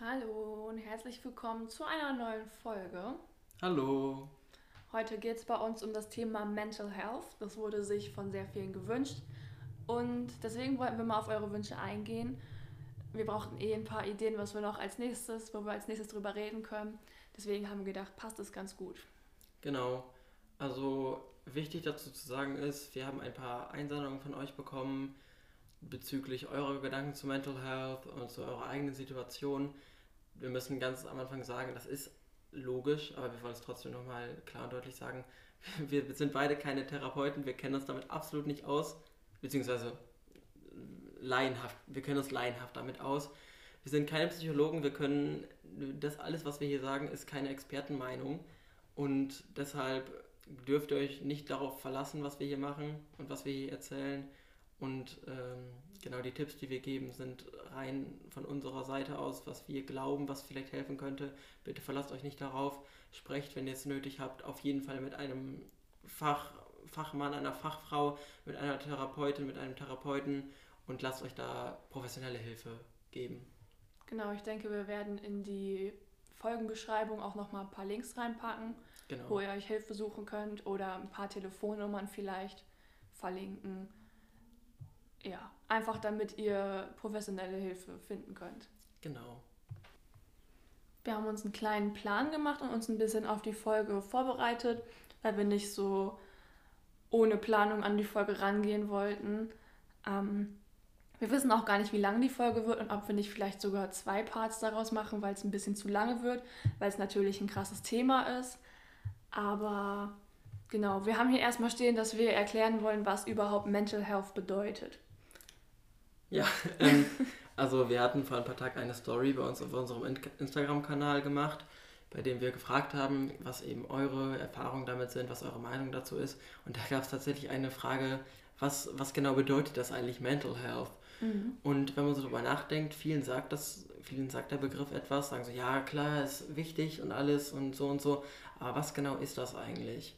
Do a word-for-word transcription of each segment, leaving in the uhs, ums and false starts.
Hallo und herzlich willkommen zu einer neuen Folge. Hallo. Heute geht es bei uns um das Thema Mental Health. Das wurde sich von sehr vielen gewünscht und deswegen wollten wir mal auf eure Wünsche eingehen. Wir brauchten eh ein paar Ideen, was wir noch als nächstes, wo wir als nächstes drüber reden können. Deswegen haben wir gedacht, passt es ganz gut. Genau. Also wichtig dazu zu sagen ist, wir haben ein paar Einsendungen von euch bekommen bezüglich eurer Gedanken zu Mental Health und zu eurer eigenen Situation. Wir müssen ganz am Anfang sagen, das ist logisch, aber wir wollen es trotzdem nochmal klar und deutlich sagen. Wir sind beide keine Therapeuten, wir kennen uns damit absolut nicht aus, beziehungsweise laienhaft, wir kennen uns laienhaft damit aus. Wir sind keine Psychologen, wir können, das alles, was wir hier sagen, ist keine Expertenmeinung und deshalb dürft ihr euch nicht darauf verlassen, was wir hier machen und was wir hier erzählen. Und ähm, genau die Tipps, die wir geben, sind rein von unserer Seite aus, was wir glauben, was vielleicht helfen könnte. Bitte verlasst euch nicht darauf. Sprecht, wenn ihr es nötig habt, auf jeden Fall mit einem Fach, Fachmann, einer Fachfrau, mit einer Therapeutin, mit einem Therapeuten und lasst euch da professionelle Hilfe geben. Genau, ich denke, wir werden in die Folgenbeschreibung auch nochmal ein paar Links reinpacken, Genau. wo ihr euch Hilfe suchen könnt oder ein paar Telefonnummern vielleicht verlinken. Ja, einfach damit ihr professionelle Hilfe finden könnt. Genau. Wir haben uns einen kleinen Plan gemacht und uns ein bisschen auf die Folge vorbereitet, weil wir nicht so ohne Planung an die Folge rangehen wollten. Ähm, wir wissen auch gar nicht, wie lang die Folge wird und ob wir nicht vielleicht sogar zwei Parts daraus machen, weil es ein bisschen zu lange wird, weil es natürlich ein krasses Thema ist. Aber genau, wir haben hier erstmal stehen, dass wir erklären wollen, was überhaupt Mental Health bedeutet. Ja, ähm, also wir hatten vor ein paar Tagen eine Story bei uns auf unserem Instagram-Kanal gemacht, bei dem wir gefragt haben, was eben eure Erfahrungen damit sind, was eure Meinung dazu ist. Und da gab es tatsächlich eine Frage, was, was genau bedeutet das eigentlich Mental Health? Mhm. Und wenn man so drüber nachdenkt, vielen sagt das, vielen sagt der Begriff etwas, sagen so, ja klar, ist wichtig und alles und so und so, aber was genau ist das eigentlich?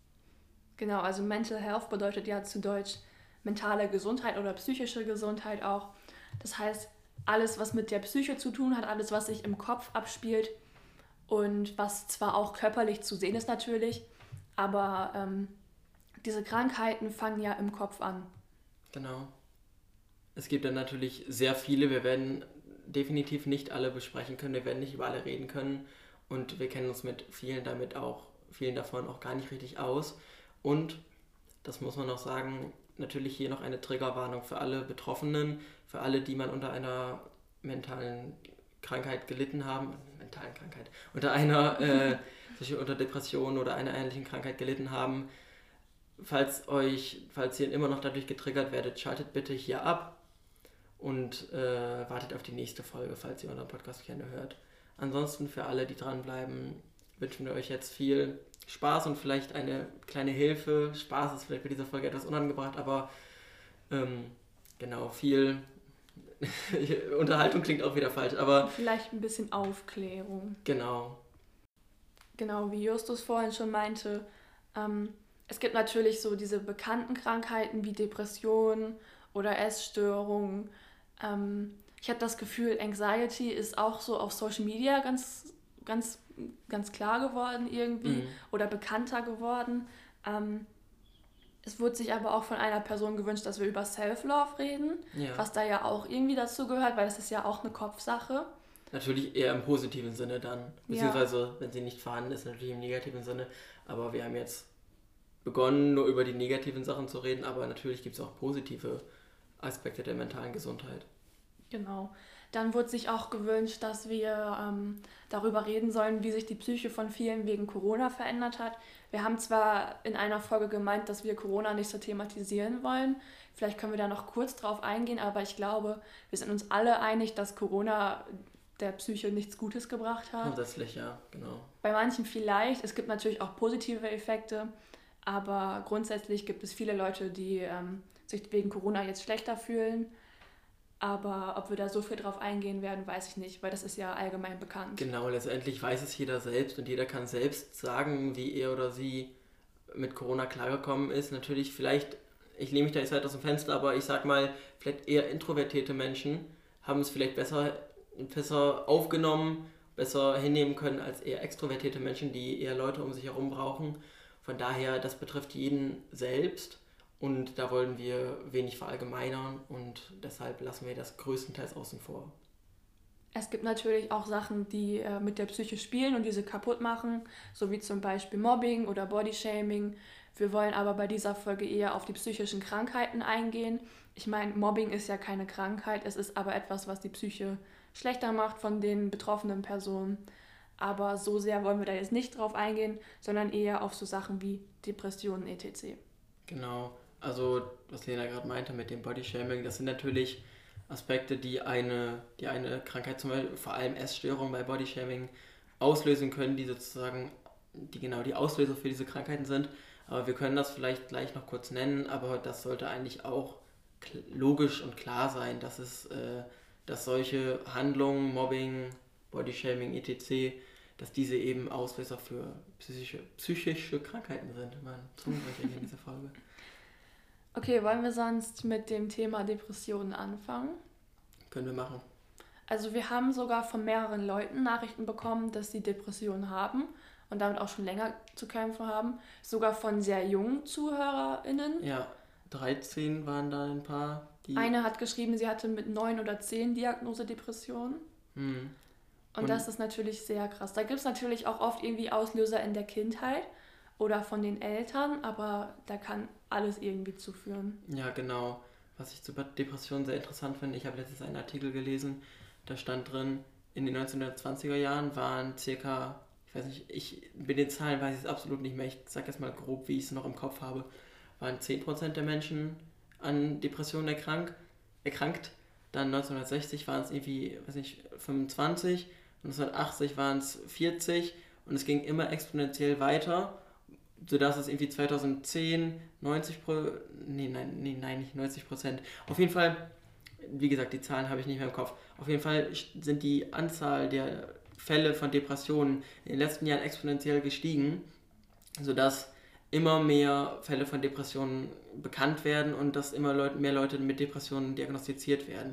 Genau, also Mental Health bedeutet ja zu Deutsch mentale Gesundheit oder psychische Gesundheit auch. Das heißt, alles, was mit der Psyche zu tun hat, alles, was sich im Kopf abspielt und was zwar auch körperlich zu sehen ist natürlich, aber ähm, diese Krankheiten fangen ja im Kopf an. Genau. Es gibt dann natürlich sehr viele, wir werden definitiv nicht alle besprechen können, wir werden nicht über alle reden können und wir kennen uns mit vielen damit auch, vielen davon auch gar nicht richtig aus. Und, das muss man noch sagen, natürlich hier noch eine Triggerwarnung für alle Betroffenen, für alle, die mal unter einer mentalen Krankheit gelitten haben, mentalen Krankheit, unter einer, äh, unter Depression oder einer ähnlichen Krankheit gelitten haben. Falls euch, falls ihr immer noch dadurch getriggert werdet, schaltet bitte hier ab und äh, wartet auf die nächste Folge, falls ihr unseren Podcast gerne hört. Ansonsten für alle, die dranbleiben, wünschen wir euch jetzt viel Spaß und vielleicht eine kleine Hilfe. Spaß ist vielleicht bei dieser Folge etwas unangebracht, aber ähm, genau, viel Unterhaltung klingt auch wieder falsch, aber vielleicht ein bisschen Aufklärung. Genau. Genau, wie Justus vorhin schon meinte, ähm, es gibt natürlich so diese bekannten Krankheiten wie Depressionen oder Essstörungen. Ähm, ich habe das Gefühl, Anxiety ist auch so auf Social Media ganz, ganz, ganz klar geworden irgendwie Mhm. oder bekannter geworden. Ähm, es wurde sich aber auch von einer Person gewünscht, dass wir über Self-Love reden, Ja. was da ja auch irgendwie dazu gehört, weil das ist ja auch eine Kopfsache. Natürlich eher im positiven Sinne dann, beziehungsweise ja. Wenn sie nicht vorhanden ist, natürlich im negativen Sinne. Aber wir haben jetzt begonnen, nur über die negativen Sachen zu reden, aber natürlich gibt es auch positive Aspekte der mentalen Gesundheit. Genau. Dann wurde sich auch gewünscht, dass wir ähm, darüber reden sollen, wie sich die Psyche von vielen wegen Corona verändert hat. Wir haben zwar in einer Folge gemeint, dass wir Corona nicht so thematisieren wollen. Vielleicht können wir da noch kurz drauf eingehen, aber ich glaube, wir sind uns alle einig, dass Corona der Psyche nichts Gutes gebracht hat. Grundsätzlich, ja, genau. Bei manchen vielleicht. Es gibt natürlich auch positive Effekte, aber grundsätzlich gibt es viele Leute, die ähm, sich wegen Corona jetzt schlechter fühlen. Aber ob wir da so viel drauf eingehen werden, weiß ich nicht, weil das ist ja allgemein bekannt. Genau, letztendlich weiß es jeder selbst und jeder kann selbst sagen, wie er oder sie mit Corona klargekommen ist. Natürlich vielleicht, ich lehne mich da jetzt weit aus dem Fenster, aber ich sag mal, vielleicht eher introvertierte Menschen haben es vielleicht besser besser aufgenommen, besser hinnehmen können als eher extrovertierte Menschen, die eher Leute um sich herum brauchen. Von daher, das betrifft jeden selbst und da wollen wir wenig verallgemeinern und deshalb lassen wir das größtenteils außen vor. Es gibt natürlich auch Sachen, die äh, mit der Psyche spielen und diese kaputt machen, so wie zum Beispiel Mobbing oder Bodyshaming. Wir wollen aber bei dieser Folge eher auf die psychischen Krankheiten eingehen. Ich meine, Mobbing ist ja keine Krankheit, es ist aber etwas, was die Psyche schlechter macht von den betroffenen Personen. Aber so sehr wollen wir da jetzt nicht drauf eingehen, sondern eher auf so Sachen wie Depressionen et cetera. Genau, also was Lena gerade meinte mit dem Bodyshaming, das sind natürlich Aspekte, die eine, die eine Krankheit, zum Beispiel vor allem Essstörungen bei Bodyshaming, auslösen können, die sozusagen, die genau die Auslöser für diese Krankheiten sind. Aber wir können das vielleicht gleich noch kurz nennen, aber das sollte eigentlich auch logisch und klar sein, dass es, äh, dass solche Handlungen, Mobbing, Bodyshaming et cetera, dass diese eben Auslöser für psychische, psychische Krankheiten sind. Man Zungenbrecher in dieser Folge. Okay, wollen wir sonst mit dem Thema Depressionen anfangen? Können wir machen. Also wir haben sogar von mehreren Leuten Nachrichten bekommen, dass sie Depressionen haben und damit auch schon länger zu kämpfen haben. Sogar von sehr jungen ZuhörerInnen. Ja, dreizehn waren da ein paar. Die Eine hat geschrieben, sie hatte mit neun oder zehn Diagnose Depression. Hm. Und, und das ist natürlich sehr krass. Da gibt es natürlich auch oft irgendwie Auslöser in der Kindheit oder von den Eltern, aber da kann alles irgendwie zuführen. Ja, genau. Was ich zu Depressionen sehr interessant finde, ich habe letztens einen Artikel gelesen, da stand drin, in den neunzehnhundertzwanziger Jahren waren circa, ich weiß nicht, ich mit den Zahlen weiß ich es absolut nicht mehr, ich sage jetzt mal grob, wie ich es noch im Kopf habe, waren zehn Prozent der Menschen an Depressionen erkrank, erkrankt. Dann neunzehnhundertsechzig waren es irgendwie, weiß nicht, fünfundzwanzig, neunzehnhundertachtzig waren es vierzig und es ging immer exponentiell weiter, sodass es irgendwie zweitausendzehn neunzig Pro, nee, nein, nee, nein, nicht neunzig Prozent. Auf jeden Fall, wie gesagt, die Zahlen habe ich nicht mehr im Kopf. Auf jeden Fall sind die Anzahl der Fälle von Depressionen in den letzten Jahren exponentiell gestiegen, sodass immer mehr Fälle von Depressionen bekannt werden und dass immer Leute, mehr Leute mit Depressionen diagnostiziert werden.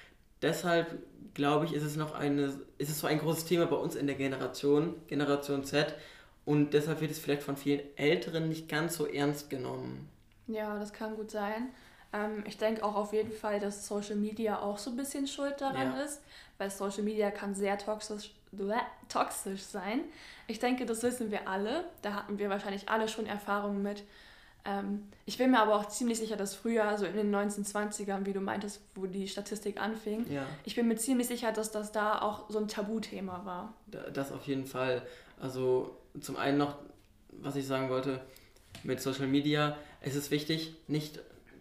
Deshalb glaube ich, ist es noch eine, ist es so ein großes Thema bei uns in der Generation, Generation Z, und deshalb wird es vielleicht von vielen Älteren nicht ganz so ernst genommen. Ja, das kann gut sein. Ähm, ich denke auch auf jeden Fall, dass Social Media auch so ein bisschen schuld daran ja. ist, weil Social Media kann sehr toxisch, toxisch sein. Ich denke, das wissen wir alle. Da hatten wir wahrscheinlich alle schon Erfahrungen mit. Ähm, ich bin mir aber auch ziemlich sicher, dass früher, so in den neunzehnhundertzwanzigern, wie du meintest, wo die Statistik anfing, ja. ich bin mir ziemlich sicher, dass das da auch so ein Tabuthema war. Das auf jeden Fall. Also zum einen noch, was ich sagen wollte, mit Social Media, es ist wichtig, nicht,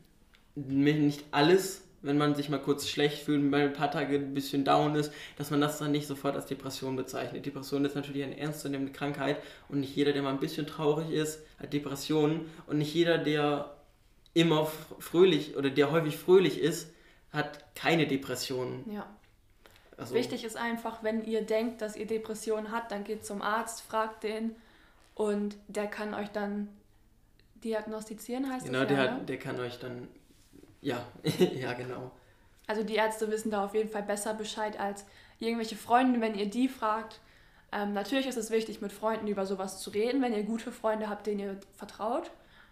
nicht alles, wenn man sich mal kurz schlecht fühlt, weil ein paar Tage ein bisschen down ist, dass man das dann nicht sofort als Depression bezeichnet. Depression ist natürlich eine ernstzunehmende Krankheit und nicht jeder, der mal ein bisschen traurig ist, hat Depressionen und nicht jeder, der immer fröhlich oder der häufig fröhlich ist, hat keine Depressionen. Ja. Also, wichtig ist einfach, wenn ihr denkt, dass ihr Depressionen habt, dann geht zum Arzt, fragt den und der kann euch dann diagnostizieren, heißt genau, das ja? Genau, der, der kann euch dann, ja, ja genau. Also die Ärzte wissen da auf jeden Fall besser Bescheid als irgendwelche Freunde, wenn ihr die fragt. Ähm, natürlich ist es wichtig, mit Freunden über sowas zu reden, wenn ihr gute Freunde habt, denen ihr vertraut.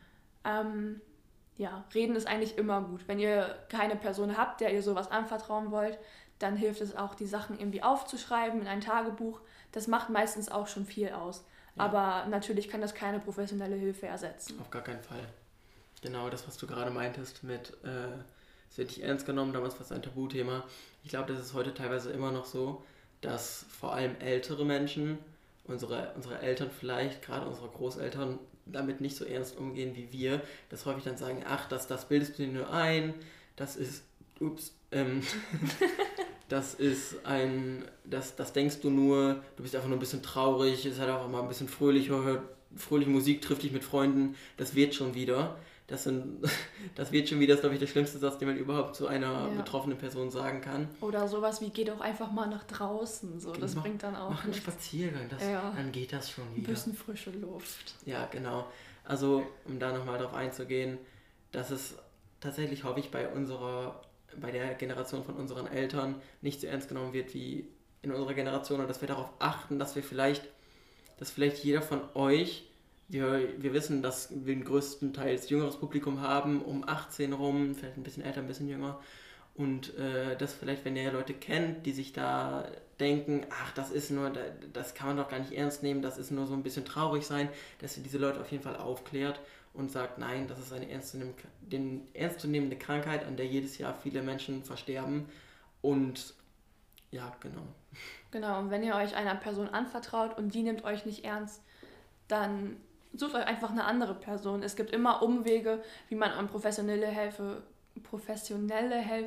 Ähm, ja, reden ist eigentlich immer gut. Wenn ihr keine Person habt, der ihr sowas anvertrauen wollt, dann hilft es auch, die Sachen irgendwie aufzuschreiben in ein Tagebuch. Das macht meistens auch schon viel aus. Ja. Aber natürlich kann das keine professionelle Hilfe ersetzen. Auf gar keinen Fall. Genau das, was du gerade meintest mit, äh, es wird nicht ernst genommen, damals war es ein Tabuthema. Ich glaube, das ist heute teilweise immer noch so, dass vor allem ältere Menschen, unsere, unsere Eltern vielleicht, gerade unsere Großeltern, damit nicht so ernst umgehen wie wir, dass häufig dann sagen, ach, das, das bildest du dir nur ein, das ist, ups, ähm, das ist ein, das, das denkst du nur, du bist einfach nur ein bisschen traurig, es ist halt auch mal ein bisschen fröhlicher, fröhliche Musik trifft dich mit Freunden, das wird schon wieder. Das, sind, das wird schon wieder, glaube ich, der schlimmste Satz, den man überhaupt zu einer ja. betroffenen Person sagen kann. Oder sowas wie, geh doch einfach mal nach draußen, so, das mach, bringt dann auch Mach einen Spaziergang, das, ja. dann geht das schon wieder. Ein bisschen frische Luft. Ja, genau. Also, um da nochmal drauf einzugehen, dass es tatsächlich häufig bei unserer bei der Generation von unseren Eltern nicht so ernst genommen wird wie in unserer Generation und dass wir darauf achten, dass wir vielleicht, dass vielleicht jeder von euch, wir, wir wissen, dass wir den größtenteils jüngeres Publikum haben, um achtzehn rum, vielleicht ein bisschen älter, ein bisschen jünger, und äh, dass vielleicht, wenn ihr Leute kennt, die sich da denken, ach, das ist nur, das kann man doch gar nicht ernst nehmen, das ist nur so ein bisschen traurig sein, dass ihr diese Leute auf jeden Fall aufklärt und sagt, nein, das ist eine ernstzunehmende, den ernstzunehmende Krankheit, an der jedes Jahr viele Menschen versterben. Und ja, genau. Genau, und wenn ihr euch einer Person anvertraut und die nimmt euch nicht ernst, dann sucht euch einfach eine andere Person. Es gibt immer Umwege, wie man an professionelle Hilfe, professionelle Hilfe,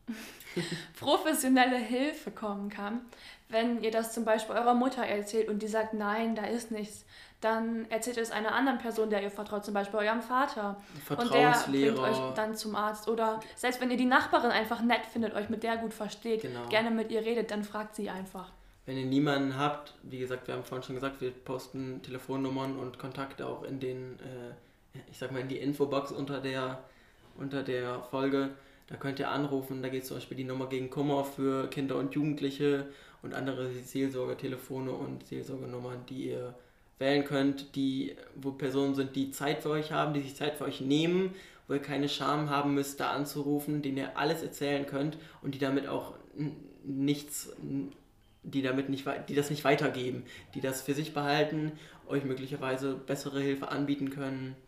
professionelle Hilfe kommen kann. Wenn ihr das zum Beispiel eurer Mutter erzählt und die sagt, nein, da ist nichts, dann erzählt es einer anderen Person, der ihr vertraut, zum Beispiel eurem Vater. Und der bringt euch dann zum Arzt. Oder selbst wenn ihr die Nachbarin einfach nett findet, euch mit der gut versteht, genau. gerne mit ihr redet, dann fragt sie einfach. Wenn ihr niemanden habt, wie gesagt, wir haben vorhin schon gesagt, wir posten Telefonnummern und Kontakte auch in den, äh, ich sag mal, in die Infobox unter der, unter der Folge. Da könnt ihr anrufen, da geht zum Beispiel die Nummer gegen Kummer für Kinder und Jugendliche und andere Seelsorgetelefone und Seelsorgenummern, die ihr wählen könnt, die, wo Personen sind, die Zeit für euch haben, die sich Zeit für euch nehmen, wo ihr keine Scham haben müsst, da anzurufen, denen ihr alles erzählen könnt und die damit auch nichts, die damit nicht, die das nicht weitergeben, die das für sich behalten, euch möglicherweise bessere Hilfe anbieten können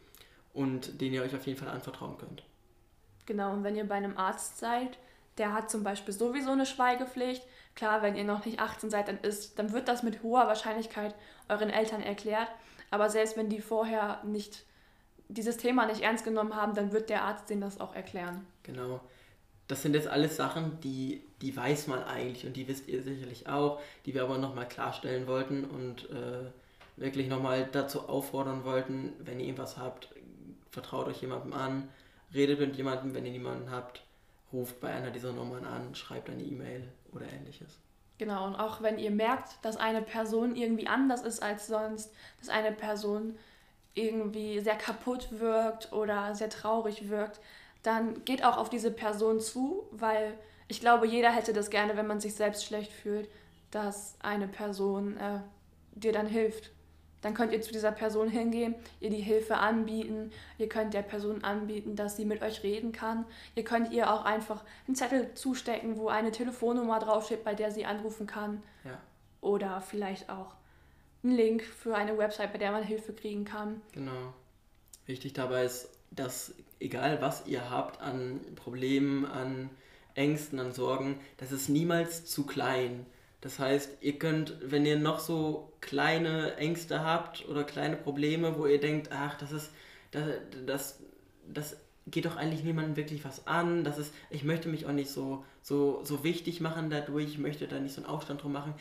und denen ihr euch auf jeden Fall anvertrauen könnt. Genau, und wenn ihr bei einem Arzt seid, der hat zum Beispiel sowieso eine Schweigepflicht. Klar, wenn ihr noch nicht achtzehn seid, dann, ist, dann wird das mit hoher Wahrscheinlichkeit euren Eltern erklärt. Aber selbst wenn die vorher nicht dieses Thema nicht ernst genommen haben, dann wird der Arzt denen das auch erklären. Genau. Das sind jetzt alles Sachen, die, die weiß man eigentlich und die wisst ihr sicherlich auch, die wir aber nochmal klarstellen wollten und äh, wirklich nochmal dazu auffordern wollten, wenn ihr irgendwas habt, vertraut euch jemandem an, redet mit jemandem, wenn ihr niemanden habt, ruft bei einer dieser Nummern an, schreibt eine E-Mail oder ähnliches. Genau, und auch wenn ihr merkt, dass eine Person irgendwie anders ist als sonst, dass eine Person irgendwie sehr kaputt wirkt oder sehr traurig wirkt, dann geht auch auf diese Person zu, weil ich glaube, jeder hätte das gerne, wenn man sich selbst schlecht fühlt, dass eine Person äh, dir dann hilft. Dann könnt ihr zu dieser Person hingehen, ihr die Hilfe anbieten, ihr könnt der Person anbieten, dass sie mit euch reden kann. Ihr könnt ihr auch einfach einen Zettel zustecken, wo eine Telefonnummer draufsteht, bei der sie anrufen kann. Ja. Oder vielleicht auch einen Link für eine Website, bei der man Hilfe kriegen kann. Genau. Wichtig dabei ist, dass egal was ihr habt an Problemen, an Ängsten, an Sorgen, das ist niemals zu klein. Das heißt, ihr könnt, wenn ihr noch so kleine Ängste habt oder kleine Probleme, wo ihr denkt, ach, das ist, das, das, das geht doch eigentlich niemandem wirklich was an, das ist, ich möchte mich auch nicht so, so, so wichtig machen dadurch, ich möchte da nicht so einen Aufstand drum machen,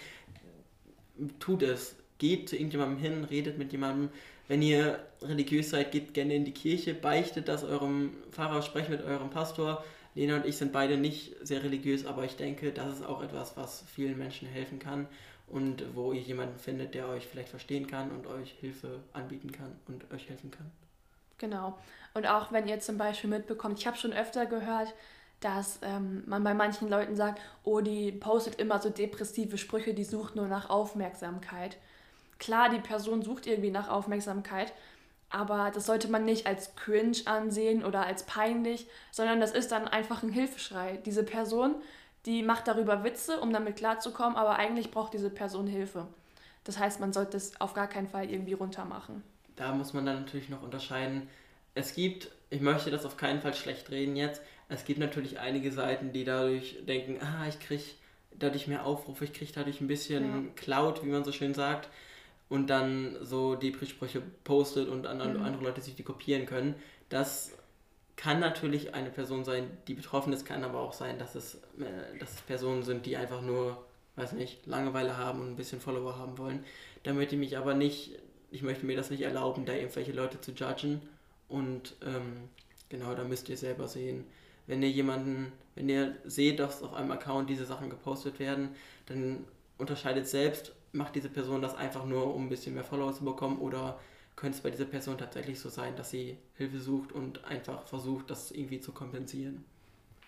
tut es. Geht zu irgendjemandem hin, redet mit jemandem. Wenn ihr religiös seid, geht gerne in die Kirche, beichtet das eurem Pfarrer, sprecht mit eurem Pastor. Lena und ich sind beide nicht sehr religiös, aber ich denke, das ist auch etwas, was vielen Menschen helfen kann und wo ihr jemanden findet, der euch vielleicht verstehen kann und euch Hilfe anbieten kann und euch helfen kann. Genau. Und auch wenn ihr zum Beispiel mitbekommt, ich habe schon öfter gehört, dass ähm, man bei manchen Leuten sagt, oh, die postet immer so depressive Sprüche, die sucht nur nach Aufmerksamkeit. Klar, die Person sucht irgendwie nach Aufmerksamkeit, aber das sollte man nicht als cringe ansehen oder als peinlich, sondern das ist dann einfach ein Hilfeschrei. Diese Person, die macht darüber Witze, um damit klarzukommen, aber eigentlich braucht diese Person Hilfe. Das heißt, man sollte es auf gar keinen Fall irgendwie runtermachen. Da muss man dann natürlich noch unterscheiden. Es gibt, ich möchte das auf keinen Fall schlecht reden jetzt, es gibt natürlich einige Seiten, die dadurch denken, ah, ich kriege dadurch mehr Aufrufe, ich kriege dadurch ein bisschen ja. Clout, wie man so schön sagt, und dann so Depri-Sprüche postet und andere, mhm. andere Leute sich die kopieren können. Das kann natürlich eine Person sein, die betroffen ist, kann aber auch sein, dass es, äh, dass es Personen sind, die einfach nur, weiß nicht, Langeweile haben und ein bisschen Follower haben wollen. Da möchte ich mich aber nicht, ich möchte mir das nicht erlauben, da irgendwelche Leute zu judgen. Und ähm, genau, da müsst ihr selber sehen. Wenn ihr jemanden, wenn ihr seht, dass auf einem Account diese Sachen gepostet werden, dann unterscheidet selbst, macht diese Person das einfach nur, um ein bisschen mehr Follower zu bekommen, oder könnte es bei dieser Person tatsächlich so sein, dass sie Hilfe sucht und einfach versucht, das irgendwie zu kompensieren.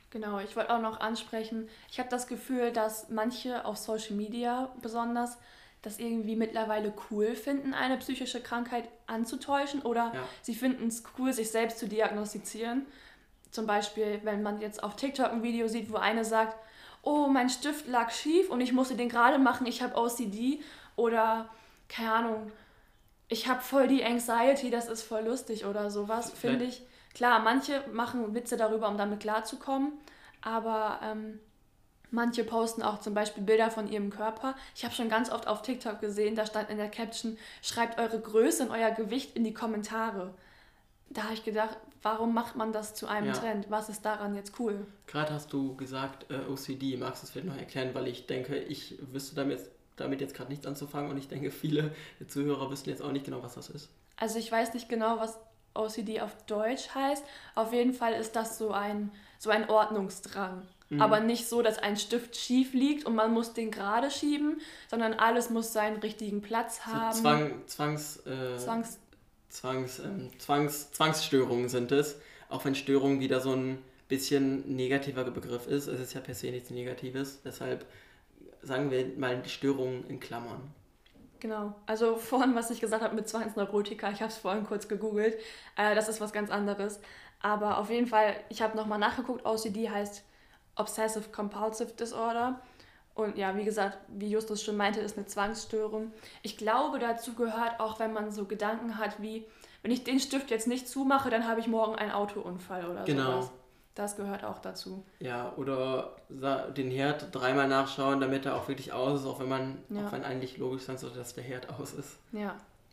Genau, ich wollte auch noch ansprechen, ich habe das Gefühl, dass manche auf Social Media besonders das irgendwie mittlerweile cool finden, eine psychische Krankheit anzutäuschen oder Ja, sie finden es cool, sich selbst zu diagnostizieren. Zum Beispiel, wenn man jetzt auf TikTok ein Video sieht, wo eine sagt, oh, mein Stift lag schief und ich musste den gerade machen, ich habe O C D oder keine Ahnung, ich habe voll die Anxiety, das ist voll lustig oder sowas, finde vielleicht, ich. Klar, manche machen Witze darüber, um damit klarzukommen, aber ähm, manche posten auch zum Beispiel Bilder von ihrem Körper. Ich habe schon ganz oft auf TikTok gesehen, da stand in der Caption, schreibt eure Größe und euer Gewicht in die Kommentare. Da habe ich gedacht, warum macht man das zu einem ja, Trend? Was ist daran jetzt cool? gerade hast du gesagt äh, O C D. Magst du es vielleicht noch erklären, weil ich denke, ich wüsste damit, damit jetzt gerade nichts anzufangen und ich denke, viele der Zuhörer wissen jetzt auch nicht genau, was das ist. Also ich weiß nicht genau, was O C D auf Deutsch heißt. Auf jeden Fall ist das so ein, so ein Ordnungsdrang. Aber Mhm. nicht so, dass ein Stift schief liegt und man muss den gerade schieben, sondern alles muss seinen richtigen Platz So haben. Zwang, Zwangs, äh, Zwangs... Zwangs, ähm, Zwangs, Zwangsstörungen sind es. Auch wenn Störung wieder so ein bisschen negativer Begriff ist. Es ist ja per se nichts Negatives. Deshalb sagen wir mal die Störungen in Klammern. Genau. Also vorhin, was ich gesagt habe mit Zwangsneurotika, ich habe es vorhin kurz gegoogelt. Äh, das ist was ganz anderes. Aber auf jeden Fall, ich habe nochmal nachgeguckt, O C D heißt Obsessive Compulsive Disorder. Und ja, wie gesagt, wie Justus schon meinte, ist eine Zwangsstörung. Ich glaube, dazu gehört auch, wenn man so Gedanken hat wie, wenn ich den Stift jetzt nicht zumache, dann habe ich morgen einen Autounfall oder sowas. Genau. Das gehört auch dazu. Ja, oder sa- den Herd dreimal nachschauen, damit er auch wirklich aus ist, auch wenn man, auch Ja, wenn eigentlich logisch sein sollte, dass der Herd aus ist. ja.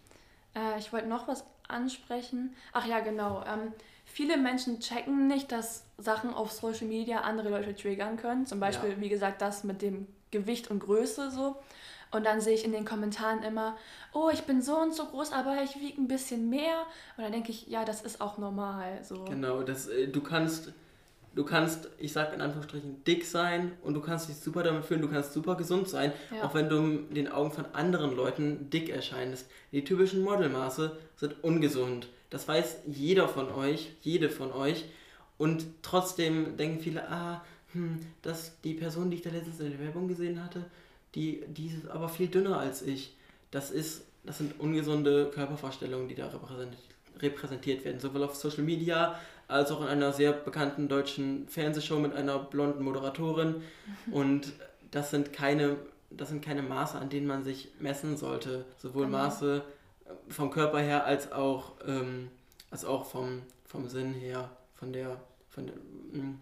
Äh, ich wollte noch was ansprechen. Ach ja, genau. Ähm, viele Menschen checken nicht, dass Sachen auf Social Media andere Leute triggern können. Zum Ja, Beispiel, wie gesagt, das mit dem Gewicht und Größe so. Und dann sehe ich in den Kommentaren immer, oh, ich bin so und so groß, aber ich wiege ein bisschen mehr. Und dann denke ich, ja, das ist auch normal. So. genau. Das, äh, du kannst, du kannst, ich sag in Anführungsstrichen, dick sein und du kannst dich super damit fühlen, du kannst super gesund sein, Ja, auch wenn du in den Augen von anderen Leuten dick erscheinst. Die typischen Modelmaße sind ungesund. Das weiß jeder von euch, jede von euch. Und trotzdem denken viele, ah, hm, dass die Person, die ich da letztens in der Werbung gesehen hatte, die, die ist aber viel dünner als ich. Das ist, das sind ungesunde Körpervorstellungen, die da repräsentiert, repräsentiert werden, sowohl auf Social Media als auch in einer sehr bekannten deutschen Fernsehshow mit einer blonden Moderatorin. Und das sind keine, das sind keine Maße, an denen man sich messen sollte. Sowohl genau. Maße vom Körper her als auch, ähm, als auch vom, vom Sinn her, von der, von der, mm,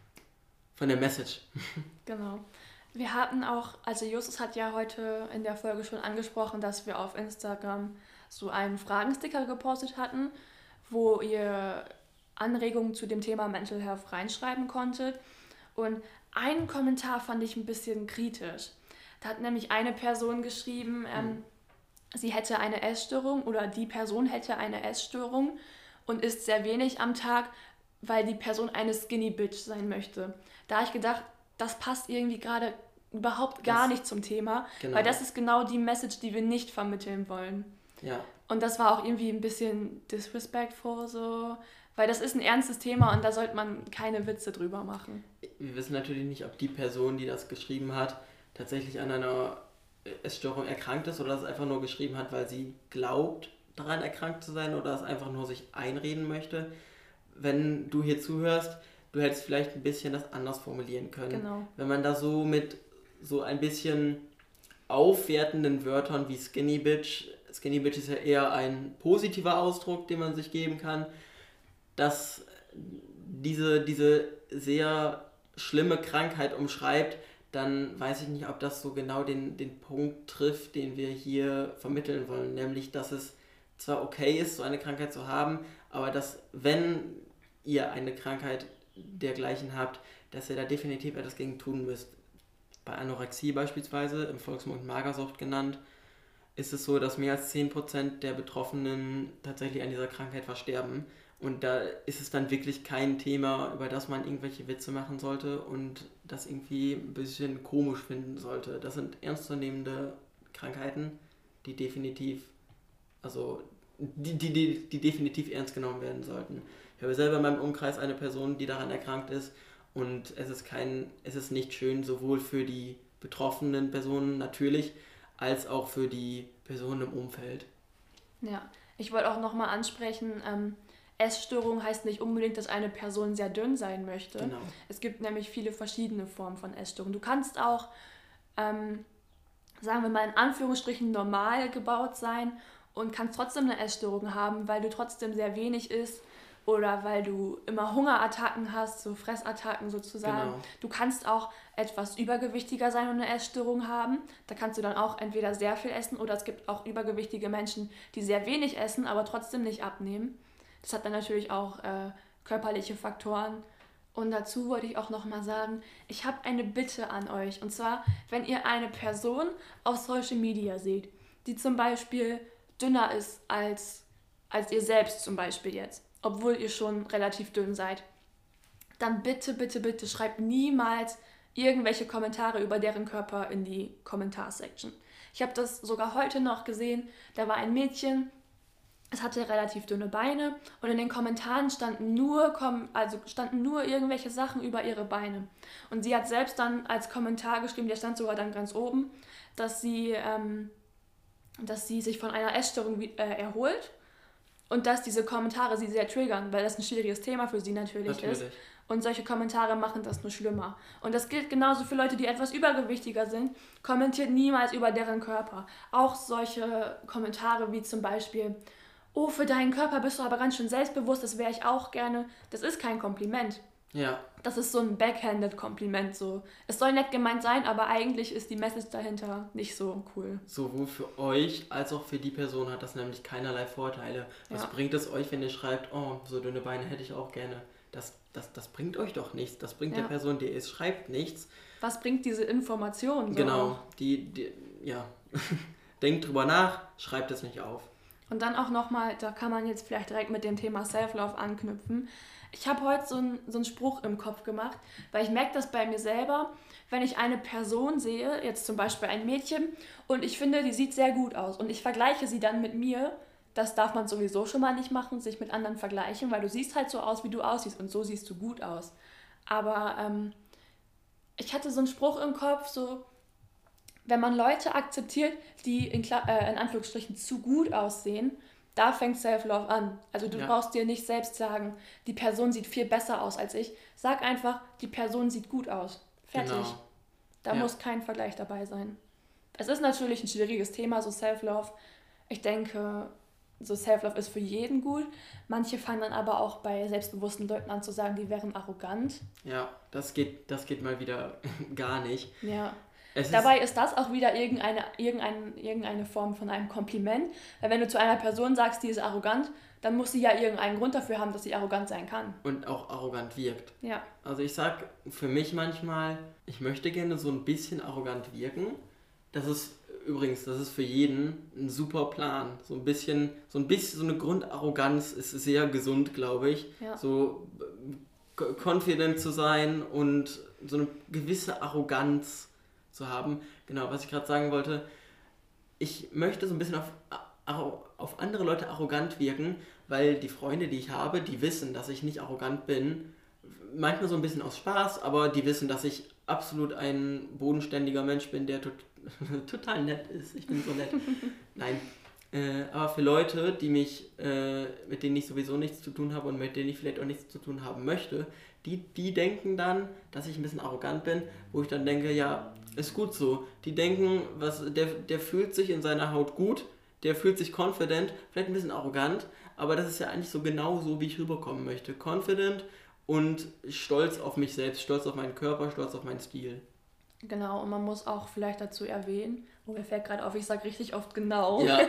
von der Message. Genau. Wir hatten auch, also Justus hat ja heute in der Folge schon angesprochen, dass wir auf Instagram so einen Fragensticker gepostet hatten, wo ihr Anregungen zu dem Thema Mental Health reinschreiben konntet. Und einen Kommentar fand ich ein bisschen kritisch. Da hat nämlich eine Person geschrieben, Hm. ähm, sie hätte eine Essstörung oder die Person hätte eine Essstörung und isst sehr wenig am Tag, weil die Person eine Skinny Bitch sein möchte. Da habe ich gedacht, das passt irgendwie gerade überhaupt gar Das, nicht zum Thema, weil das genau. ist genau die Message, die wir nicht vermitteln wollen. Ja, Und das war auch irgendwie ein bisschen disrespectful so, weil das ist ein ernstes Thema und da sollte man keine Witze drüber machen. wir wissen natürlich nicht, ob die Person, die das geschrieben hat, tatsächlich an einer Essstörung erkrankt ist oder es einfach nur geschrieben hat, weil sie glaubt, daran erkrankt zu sein oder es einfach nur sich einreden möchte. Wenn du hier zuhörst, du hättest vielleicht ein bisschen das anders formulieren können. Genau, Wenn man da so mit so ein bisschen aufwertenden Wörtern wie Skinny Bitch, Skinny Bitch ist ja eher ein positiver Ausdruck, den man sich geben kann, dass diese, diese sehr schlimme Krankheit umschreibt, dann weiß ich nicht, ob das so genau den, den Punkt trifft, den wir hier vermitteln wollen. Nämlich, dass es zwar okay ist, so eine Krankheit zu haben, aber dass, wenn ihr eine Krankheit dergleichen habt, dass ihr da definitiv etwas gegen tun müsst. Bei Anorexie beispielsweise, im Volksmund Magersucht genannt, ist es so, dass mehr als zehn Prozent der Betroffenen tatsächlich an dieser Krankheit versterben. Und da ist es dann wirklich kein Thema, über das man irgendwelche Witze machen sollte und das irgendwie ein bisschen komisch finden sollte. Das sind ernstzunehmende Krankheiten, die definitiv, also die, die, die, die definitiv ernst genommen werden sollten. Ich habe selber in meinem Umkreis eine Person, die daran erkrankt ist und es ist kein, es ist nicht schön, sowohl für die betroffenen Personen natürlich, als auch für die Personen im Umfeld. Ja, ich wollte auch nochmal ansprechen, ähm, Essstörung heißt nicht unbedingt, dass eine Person sehr dünn sein möchte. Genau. Es gibt nämlich viele verschiedene Formen von Essstörung. Du kannst auch, ähm, sagen wir mal in Anführungsstrichen, normal gebaut sein und kannst trotzdem eine Essstörung haben, weil du trotzdem sehr wenig isst oder weil du immer Hungerattacken hast, so Fressattacken sozusagen. Genau. Du kannst auch etwas übergewichtiger sein und eine Essstörung haben. Da kannst du dann auch entweder sehr viel essen oder es gibt auch übergewichtige Menschen, die sehr wenig essen, aber trotzdem nicht abnehmen. Das hat dann natürlich auch äh, körperliche Faktoren. Und dazu wollte ich auch nochmal sagen, ich habe eine Bitte an euch. Und zwar, wenn ihr eine Person auf Social Media seht, die zum Beispiel dünner ist als, als ihr selbst zum Beispiel jetzt, obwohl ihr schon relativ dünn seid, dann bitte, bitte, bitte schreibt niemals irgendwelche Kommentare über deren Körper in die Kommentarsection. Ich habe das sogar heute noch gesehen, da war ein Mädchen, es hatte relativ dünne Beine und in den Kommentaren standen nur, also standen nur irgendwelche Sachen über ihre Beine. Und sie hat selbst dann als Kommentar geschrieben, der stand sogar dann ganz oben, dass sie, ähm, dass sie sich von einer Essstörung äh, erholt und dass diese Kommentare sie sehr triggern, weil das ein schwieriges Thema für sie natürlich, natürlich. ist. Und solche Kommentare machen das nur schlimmer. Und das gilt genauso für Leute, die etwas übergewichtiger sind. Kommentiert niemals über deren Körper. Auch solche Kommentare wie zum Beispiel: Oh, für deinen Körper bist du aber ganz schön selbstbewusst, das wäre ich auch gerne. Das ist kein Kompliment. Ja. Das ist so ein backhanded Kompliment. So. Es soll nett gemeint sein, aber eigentlich ist die Message dahinter nicht so cool. Sowohl für euch als auch für die Person hat das nämlich keinerlei Vorteile. Was ja. bringt es euch, wenn ihr schreibt, oh, so dünne Beine hätte ich auch gerne? Das, das, das bringt euch doch nichts. Das bringt ja. der Person, die es schreibt, nichts. Was bringt diese Information? So genau. Auch? Die, die, ja. Denkt drüber nach, schreibt es nicht auf. Und dann auch nochmal, da kann man jetzt vielleicht direkt mit dem Thema Self-Love anknüpfen. Ich habe heute so einen so einen Spruch im Kopf gemacht, weil ich merke das bei mir selber, wenn ich eine Person sehe, jetzt zum Beispiel ein Mädchen, und ich finde, die sieht sehr gut aus und ich vergleiche sie dann mit mir. Das darf man sowieso schon mal nicht machen, sich mit anderen vergleichen, weil du siehst halt so aus, wie du aussiehst und so siehst du gut aus. Aber ähm, ich hatte so einen Spruch im Kopf, so: Wenn man Leute akzeptiert, die in, äh, in Anführungsstrichen zu gut aussehen, da fängt Self-Love an. Also du ja. brauchst dir nicht selbst sagen, die Person sieht viel besser aus als ich. Sag einfach, die Person sieht gut aus. Fertig. Genau. Da ja. muss kein Vergleich dabei sein. Es ist natürlich ein schwieriges Thema, so Self-Love. Ich denke, so Self-Love ist für jeden gut. Manche fangen dann aber auch bei selbstbewussten Leuten an zu sagen, die wären arrogant. Ja, das geht, das geht mal wieder gar nicht. Ja. Es Dabei ist, ist das auch wieder irgendeine, irgendeine, irgendeine Form von einem Kompliment. Weil wenn du zu einer Person sagst, die ist arrogant, dann muss sie ja irgendeinen Grund dafür haben, dass sie arrogant sein kann. Und auch arrogant wirkt. Ja. Also ich sag für mich manchmal, ich möchte gerne so ein bisschen arrogant wirken. Das ist übrigens, das ist für jeden ein super Plan. So ein bisschen, so ein bisschen, so eine Grundarroganz ist sehr gesund, glaube ich. Ja. So confident zu sein und so eine gewisse Arroganz zu haben. Genau, was ich gerade sagen wollte, ich möchte so ein bisschen auf, auf andere Leute arrogant wirken, weil die Freunde, die ich habe, die wissen, dass ich nicht arrogant bin. Manchmal so ein bisschen aus Spaß, aber die wissen, dass ich absolut ein bodenständiger Mensch bin, der tot, total nett ist. Ich bin so nett. Nein. Äh, aber für Leute, die mich, äh, mit denen ich sowieso nichts zu tun habe und mit denen ich vielleicht auch nichts zu tun haben möchte, die, die denken dann, dass ich ein bisschen arrogant bin, wo ich dann denke, ja, ist gut so. Die denken, was, der, der fühlt sich in seiner Haut gut, der fühlt sich confident, vielleicht ein bisschen arrogant, aber das ist ja eigentlich so genau so, wie ich rüberkommen möchte. Confident und stolz auf mich selbst, stolz auf meinen Körper, stolz auf meinen Stil. Genau, und man muss auch vielleicht dazu erwähnen, oh, mir fällt gerade auf, ich sage richtig oft genau. Ja.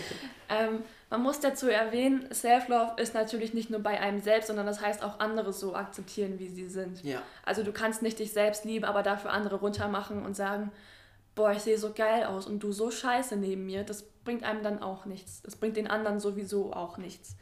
ähm, man muss dazu erwähnen, Self-Love ist natürlich nicht nur bei einem selbst, sondern das heißt auch andere so akzeptieren, wie sie sind. Ja. Also du kannst nicht dich selbst lieben, aber dafür andere runtermachen und sagen, boah, ich sehe so geil aus und du so scheiße neben mir, das bringt einem dann auch nichts. Das bringt den anderen sowieso auch nichts.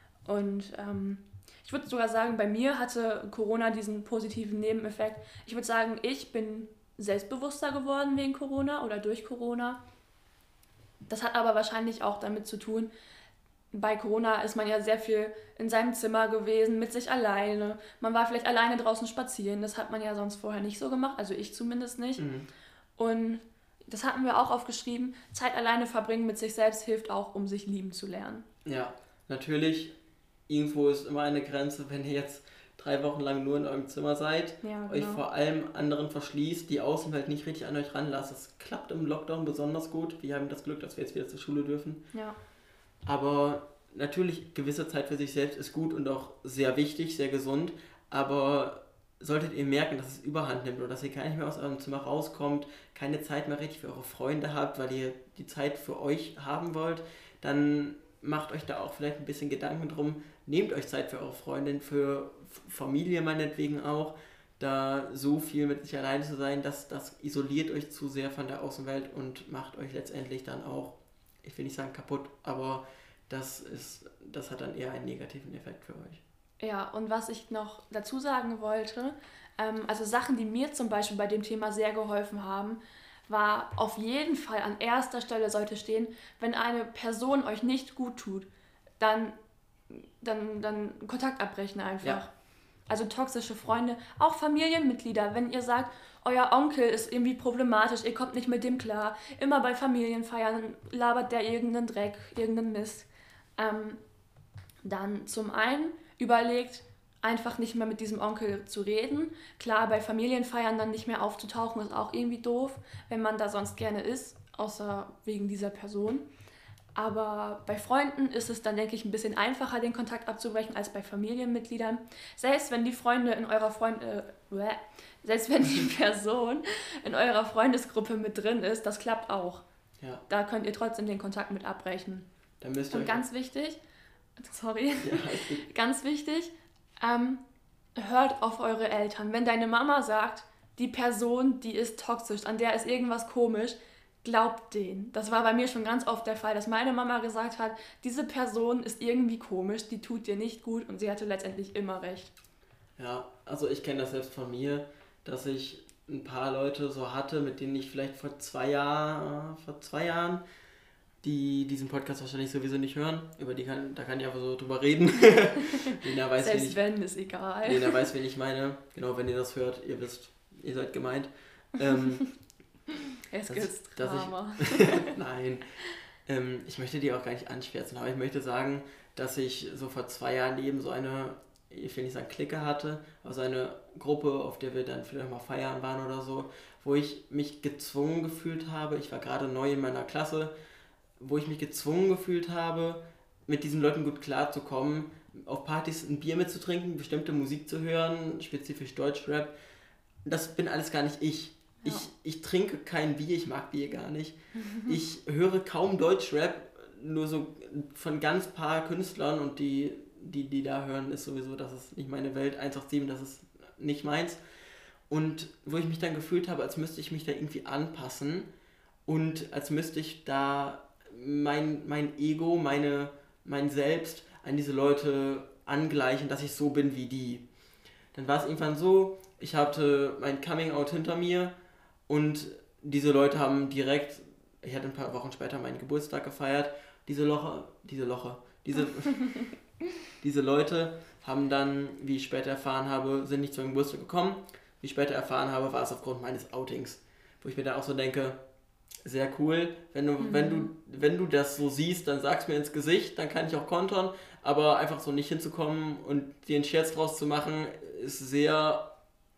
Und ähm, ich würde sogar sagen, bei mir hatte Corona diesen positiven Nebeneffekt. Ich würde sagen, ich bin selbstbewusster geworden wegen Corona oder durch Corona. Das hat aber wahrscheinlich auch damit zu tun, bei Corona ist man ja sehr viel in seinem Zimmer gewesen, mit sich alleine. Man war vielleicht alleine draußen spazieren. Das hat man ja sonst vorher nicht so gemacht, also ich zumindest nicht. Mhm. Und das hatten wir auch aufgeschrieben. Zeit alleine verbringen mit sich selbst hilft auch, um sich lieben zu lernen. Ja, natürlich, irgendwo ist immer eine Grenze, wenn ihr jetzt drei Wochen lang nur in eurem Zimmer seid, Ja, genau. euch vor allem anderen verschließt, die Außenwelt nicht richtig an euch ranlasst. Das klappt im Lockdown besonders gut. Wir haben das Glück, dass wir jetzt wieder zur Schule dürfen. Ja. Aber natürlich, gewisse Zeit für sich selbst ist gut und auch sehr wichtig, sehr gesund. Aber solltet ihr merken, dass es überhand nimmt oder dass ihr gar nicht mehr aus eurem Zimmer rauskommt, keine Zeit mehr richtig für eure Freunde habt, weil ihr die Zeit für euch haben wollt, dann macht euch da auch vielleicht ein bisschen Gedanken drum. Nehmt euch Zeit für eure Freundin, für Familie meinetwegen auch, da so viel mit sich allein zu sein, dass das isoliert euch zu sehr von der Außenwelt und macht euch letztendlich dann auch, ich will nicht sagen kaputt, aber das ist, das hat dann eher einen negativen Effekt für euch. Ja, und was ich noch dazu sagen wollte, ähm, also Sachen, die mir zum Beispiel bei dem Thema sehr geholfen haben, war auf jeden Fall an erster Stelle sollte stehen, wenn eine Person euch nicht gut tut, dann, dann, dann Kontakt abbrechen einfach. Ja. Also toxische Freunde, auch Familienmitglieder, wenn ihr sagt, euer Onkel ist irgendwie problematisch, ihr kommt nicht mit dem klar, immer bei Familienfeiern labert der irgendeinen Dreck, irgendeinen Mist, ähm, dann zum einen überlegt, einfach nicht mehr mit diesem Onkel zu reden. Klar, bei Familienfeiern dann nicht mehr aufzutauchen, ist auch irgendwie doof, wenn man da sonst gerne ist, außer wegen dieser Person. Aber bei Freunden ist es dann, denke ich, ein bisschen einfacher, den Kontakt abzubrechen, als bei Familienmitgliedern. Selbst wenn die Freunde in eurer Freund... Äh, selbst wenn die Person in eurer Freundesgruppe mit drin ist, das klappt auch. Ja. Da könnt ihr trotzdem den Kontakt mit abbrechen. Dann müsst ihr Und ganz wichtig... Sorry. Ja, ganz wichtig, ähm, hört auf eure Eltern. Wenn deine Mama sagt, die Person, die ist toxisch, an der ist irgendwas komisch, glaubt denen. Das war bei mir schon ganz oft der Fall, dass meine Mama gesagt hat, diese Person ist irgendwie komisch, die tut dir nicht gut und sie hatte letztendlich immer recht. Ja, also ich kenne das selbst von mir, dass ich ein paar Leute so hatte, mit denen ich vielleicht vor zwei Jahren, vor zwei Jahren die diesen Podcast wahrscheinlich sowieso nicht hören, über die kann, da kann ich einfach so drüber reden. Lena weiß, Selbst wen ich, wenn, ist egal. Lena weiß, wen ich meine. Genau, wenn ihr das hört, ihr wisst, ihr seid gemeint. Ähm, es gibt's Drama. Ich, nein, ähm, ich möchte die auch gar nicht anschwärzen, aber ich möchte sagen, dass ich so vor zwei Jahren eben so eine, ich will nicht sagen Clique hatte, also eine Gruppe, auf der wir dann vielleicht mal feiern waren oder so, wo ich mich gezwungen gefühlt habe, ich war gerade neu in meiner Klasse, wo ich mich gezwungen gefühlt habe, mit diesen Leuten gut klarzukommen, auf Partys ein Bier mitzutrinken, bestimmte Musik zu hören, spezifisch Deutschrap. Das bin alles gar nicht ich. Ja. Ich, ich trinke kein Bier, ich mag Bier gar nicht. Ich höre kaum Deutschrap, nur so von ganz paar Künstlern und die, die, die da hören, ist sowieso, das ist nicht meine Welt, eins acht sieben, das ist nicht meins. Und wo ich mich dann gefühlt habe, als müsste ich mich da irgendwie anpassen und als müsste ich da mein, mein Ego, meine, mein Selbst an diese Leute angleichen, dass ich so bin wie die. Dann war es irgendwann so, ich hatte mein Coming-out hinter mir und diese Leute haben direkt, ich hatte ein paar Wochen später meinen Geburtstag gefeiert, diese Loche, diese Loche, diese, diese Leute haben dann, wie ich später erfahren habe, sind nicht zu meinem Geburtstag gekommen. Wie ich später erfahren habe, war es aufgrund meines Outings. Wo ich mir dann auch so denke, sehr cool, wenn du, mhm. wenn du, wenn du das so siehst, dann sag's mir ins Gesicht, dann kann ich auch kontern, aber einfach so nicht hinzukommen und dir einen Scherz draus zu machen, ist sehr,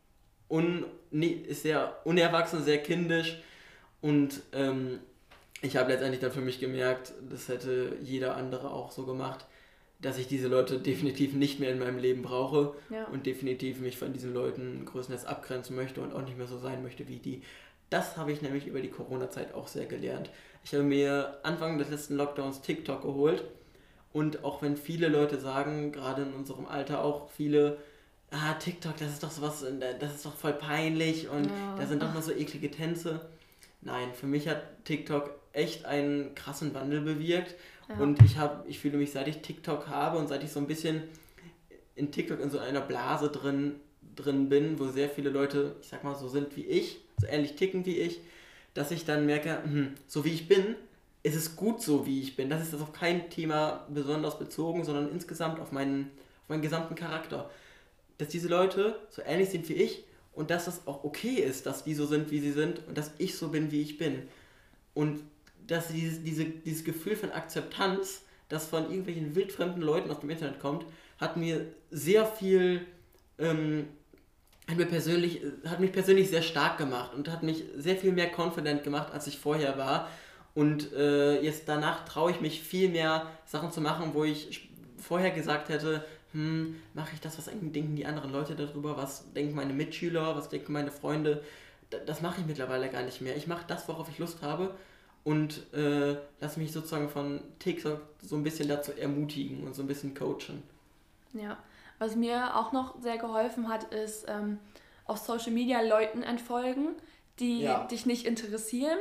un, ist sehr unerwachsen, sehr kindisch und ähm, ich habe letztendlich dann für mich gemerkt, das hätte jeder andere auch so gemacht, dass ich diese Leute definitiv nicht mehr in meinem Leben brauche ja. und definitiv mich von diesen Leuten größtenteils abgrenzen möchte und auch nicht mehr so sein möchte wie die. Das habe ich nämlich über die Corona-Zeit auch sehr gelernt. Ich habe mir Anfang des letzten Lockdowns TikTok geholt und auch wenn viele Leute sagen, gerade in unserem Alter auch viele, ah, TikTok, das ist doch sowas, das ist doch voll peinlich und ja. da sind doch noch so eklige Tänze. Nein, für mich hat TikTok echt einen krassen Wandel bewirkt ja. und ich, hab, ich fühle mich, seit ich TikTok habe und seit ich so ein bisschen in TikTok in so einer Blase drin, drin bin, wo sehr viele Leute, ich sag mal, so sind wie ich, so ähnlich ticken wie ich, dass ich dann merke, hm, so wie ich bin, es ist gut so, wie ich bin. Das ist das auf kein Thema besonders bezogen, sondern insgesamt auf meinen, auf meinen gesamten Charakter. Dass diese Leute so ähnlich sind wie ich und dass das auch okay ist, dass die so sind, wie sie sind und dass ich so bin, wie ich bin. Und dass dieses, diese, dieses Gefühl von Akzeptanz, das von irgendwelchen wildfremden Leuten auf dem Internet kommt, hat mir sehr viel, ähm, hat, mir persönlich, hat mich persönlich sehr stark gemacht und hat mich sehr viel mehr confident gemacht, als ich vorher war. Und äh, jetzt danach traue ich mich viel mehr Sachen zu machen, wo ich vorher gesagt hätte, hm, mache ich das, was denken die anderen Leute darüber, was denken meine Mitschüler, was denken meine Freunde. Das mache ich mittlerweile gar nicht mehr. Ich mache das, worauf ich Lust habe und äh, lasse mich sozusagen von TikTok so ein bisschen dazu ermutigen und so ein bisschen coachen. Ja, was mir auch noch sehr geholfen hat, ist ähm, auf Social Media Leuten entfolgen, die ja. dich nicht interessieren.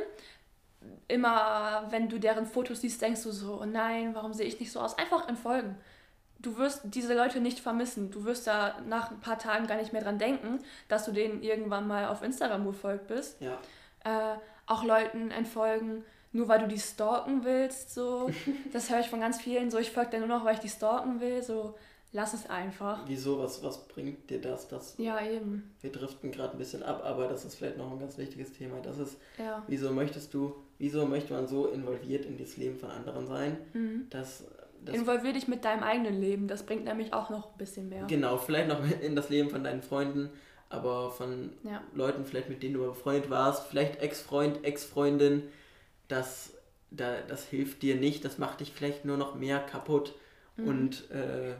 Immer, wenn du deren Fotos siehst, denkst du so, oh nein, warum sehe ich nicht so aus? Einfach entfolgen. Du wirst diese Leute nicht vermissen. Du wirst da nach ein paar Tagen gar nicht mehr dran denken, dass du denen irgendwann mal auf Instagram gefolgt bist. Ja. Äh, auch Leuten entfolgen, nur weil du die stalken willst. So. Das höre ich von ganz vielen. So, ich folge dir nur noch, weil ich die stalken will. So, lass es einfach. Wieso? Was, was bringt dir das? das? Ja, eben. Wir driften gerade ein bisschen ab, aber das ist vielleicht noch ein ganz wichtiges Thema. Das ist, ja. wieso möchtest du, wieso möchte man so involviert in das Leben von anderen sein, mhm. dass... Das Involvier dich mit deinem eigenen Leben, das bringt nämlich auch noch ein bisschen mehr. Genau, vielleicht noch in das Leben von deinen Freunden, aber von ja. Leuten vielleicht, mit denen du befreundet warst, vielleicht Ex-Freund, Ex-Freundin, das, da, das hilft dir nicht, das macht dich vielleicht nur noch mehr kaputt mhm. und äh,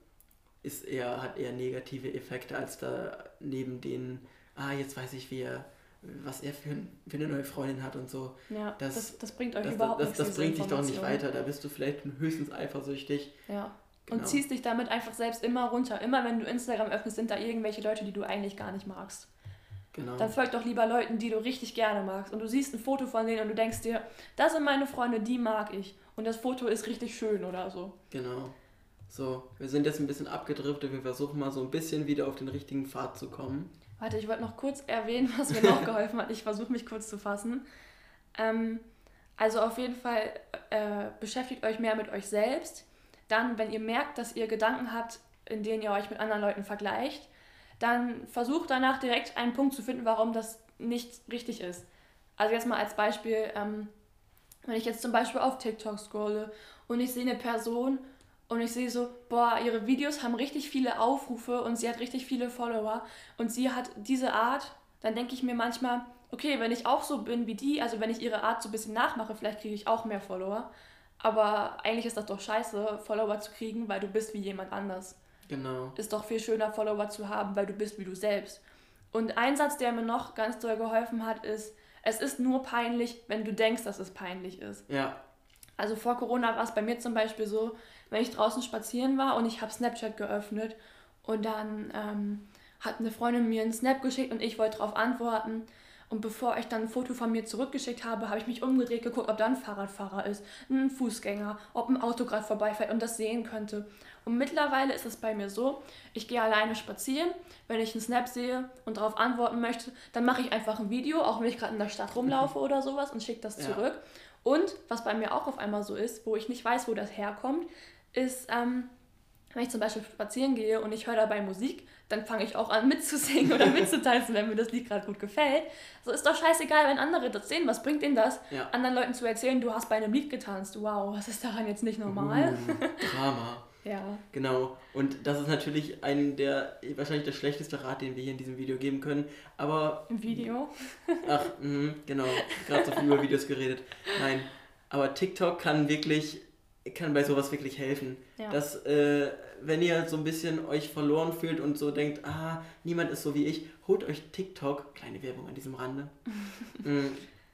ist eher, hat eher negative Effekte, als da neben denen, ah, jetzt weiß ich, wie er, was er für, für eine neue Freundin hat und so. Ja, das, das, das bringt euch das, überhaupt das, nichts. Das, das bringt dich doch nicht weiter, da bist du vielleicht höchstens eifersüchtig. Ja, genau. Und ziehst dich damit einfach selbst immer runter. Immer wenn du Instagram öffnest, sind da irgendwelche Leute, die du eigentlich gar nicht magst. Genau. Dann folg doch lieber Leuten, die du richtig gerne magst. Und du siehst ein Foto von denen und du denkst dir, das sind meine Freunde, die mag ich. Und das Foto ist richtig schön oder so. Genau. So, wir sind jetzt ein bisschen abgedriftet, wir versuchen mal so ein bisschen wieder auf den richtigen Pfad zu kommen. Warte, ich wollte noch kurz erwähnen, was mir noch geholfen hat. Ich versuche mich kurz zu fassen. Ähm, also auf jeden Fall äh, beschäftigt euch mehr mit euch selbst. Dann, wenn ihr merkt, dass ihr Gedanken habt, in denen ihr euch mit anderen Leuten vergleicht, dann versucht danach direkt einen Punkt zu finden, warum das nicht richtig ist. Also jetzt mal als Beispiel, ähm, wenn ich jetzt zum Beispiel auf TikTok scrolle und ich sehe eine Person und ich sehe so, boah, ihre Videos haben richtig viele Aufrufe und sie hat richtig viele Follower und sie hat diese Art, dann denke ich mir manchmal, okay, wenn ich auch so bin wie die, also wenn ich ihre Art so ein bisschen nachmache, vielleicht kriege ich auch mehr Follower. Aber eigentlich ist das doch scheiße, Follower zu kriegen, weil du bist wie jemand anders. Genau. Ist doch viel schöner, Follower zu haben, weil du bist wie du selbst. Und ein Satz, der mir noch ganz doll geholfen hat, ist, es ist nur peinlich, wenn du denkst, dass es peinlich ist. Ja. Also vor Corona war es bei mir zum Beispiel so, wenn ich draußen spazieren war und ich habe Snapchat geöffnet und dann ähm, hat eine Freundin mir einen Snap geschickt und ich wollte darauf antworten. Und bevor ich dann ein Foto von mir zurückgeschickt habe, habe ich mich umgedreht, geguckt, ob da ein Fahrradfahrer ist, ein Fußgänger, ob ein Auto gerade vorbeifährt und das sehen könnte. Und mittlerweile ist es bei mir so, ich gehe alleine spazieren, wenn ich einen Snap sehe und darauf antworten möchte, dann mache ich einfach ein Video, auch wenn ich gerade in der Stadt rumlaufe oder sowas und schicke das Ja. zurück. Und was bei mir auch auf einmal so ist, wo ich nicht weiß, wo das herkommt, ist, ähm, wenn ich zum Beispiel spazieren gehe und ich höre dabei Musik, dann fange ich auch an mitzusingen oder mitzutanzen, wenn mir das Lied gerade gut gefällt. So ist doch scheißegal, wenn andere das sehen. Was bringt denen das, Ja. anderen Leuten zu erzählen, du hast bei einem Lied getanzt. Wow, was ist daran jetzt nicht normal? Uh, Drama. Ja. Genau. Und das ist natürlich ein der, wahrscheinlich der schlechteste Rat, den wir hier in diesem Video geben können. Aber... Im Video? Ach, mh, genau. Gerade so viel über Videos geredet. Nein. Aber TikTok kann wirklich, kann bei sowas wirklich helfen. Ja. Dass, äh, wenn ihr so ein bisschen euch verloren fühlt und so denkt, ah, niemand ist so wie ich, holt euch TikTok, kleine Werbung an diesem Rande. mm,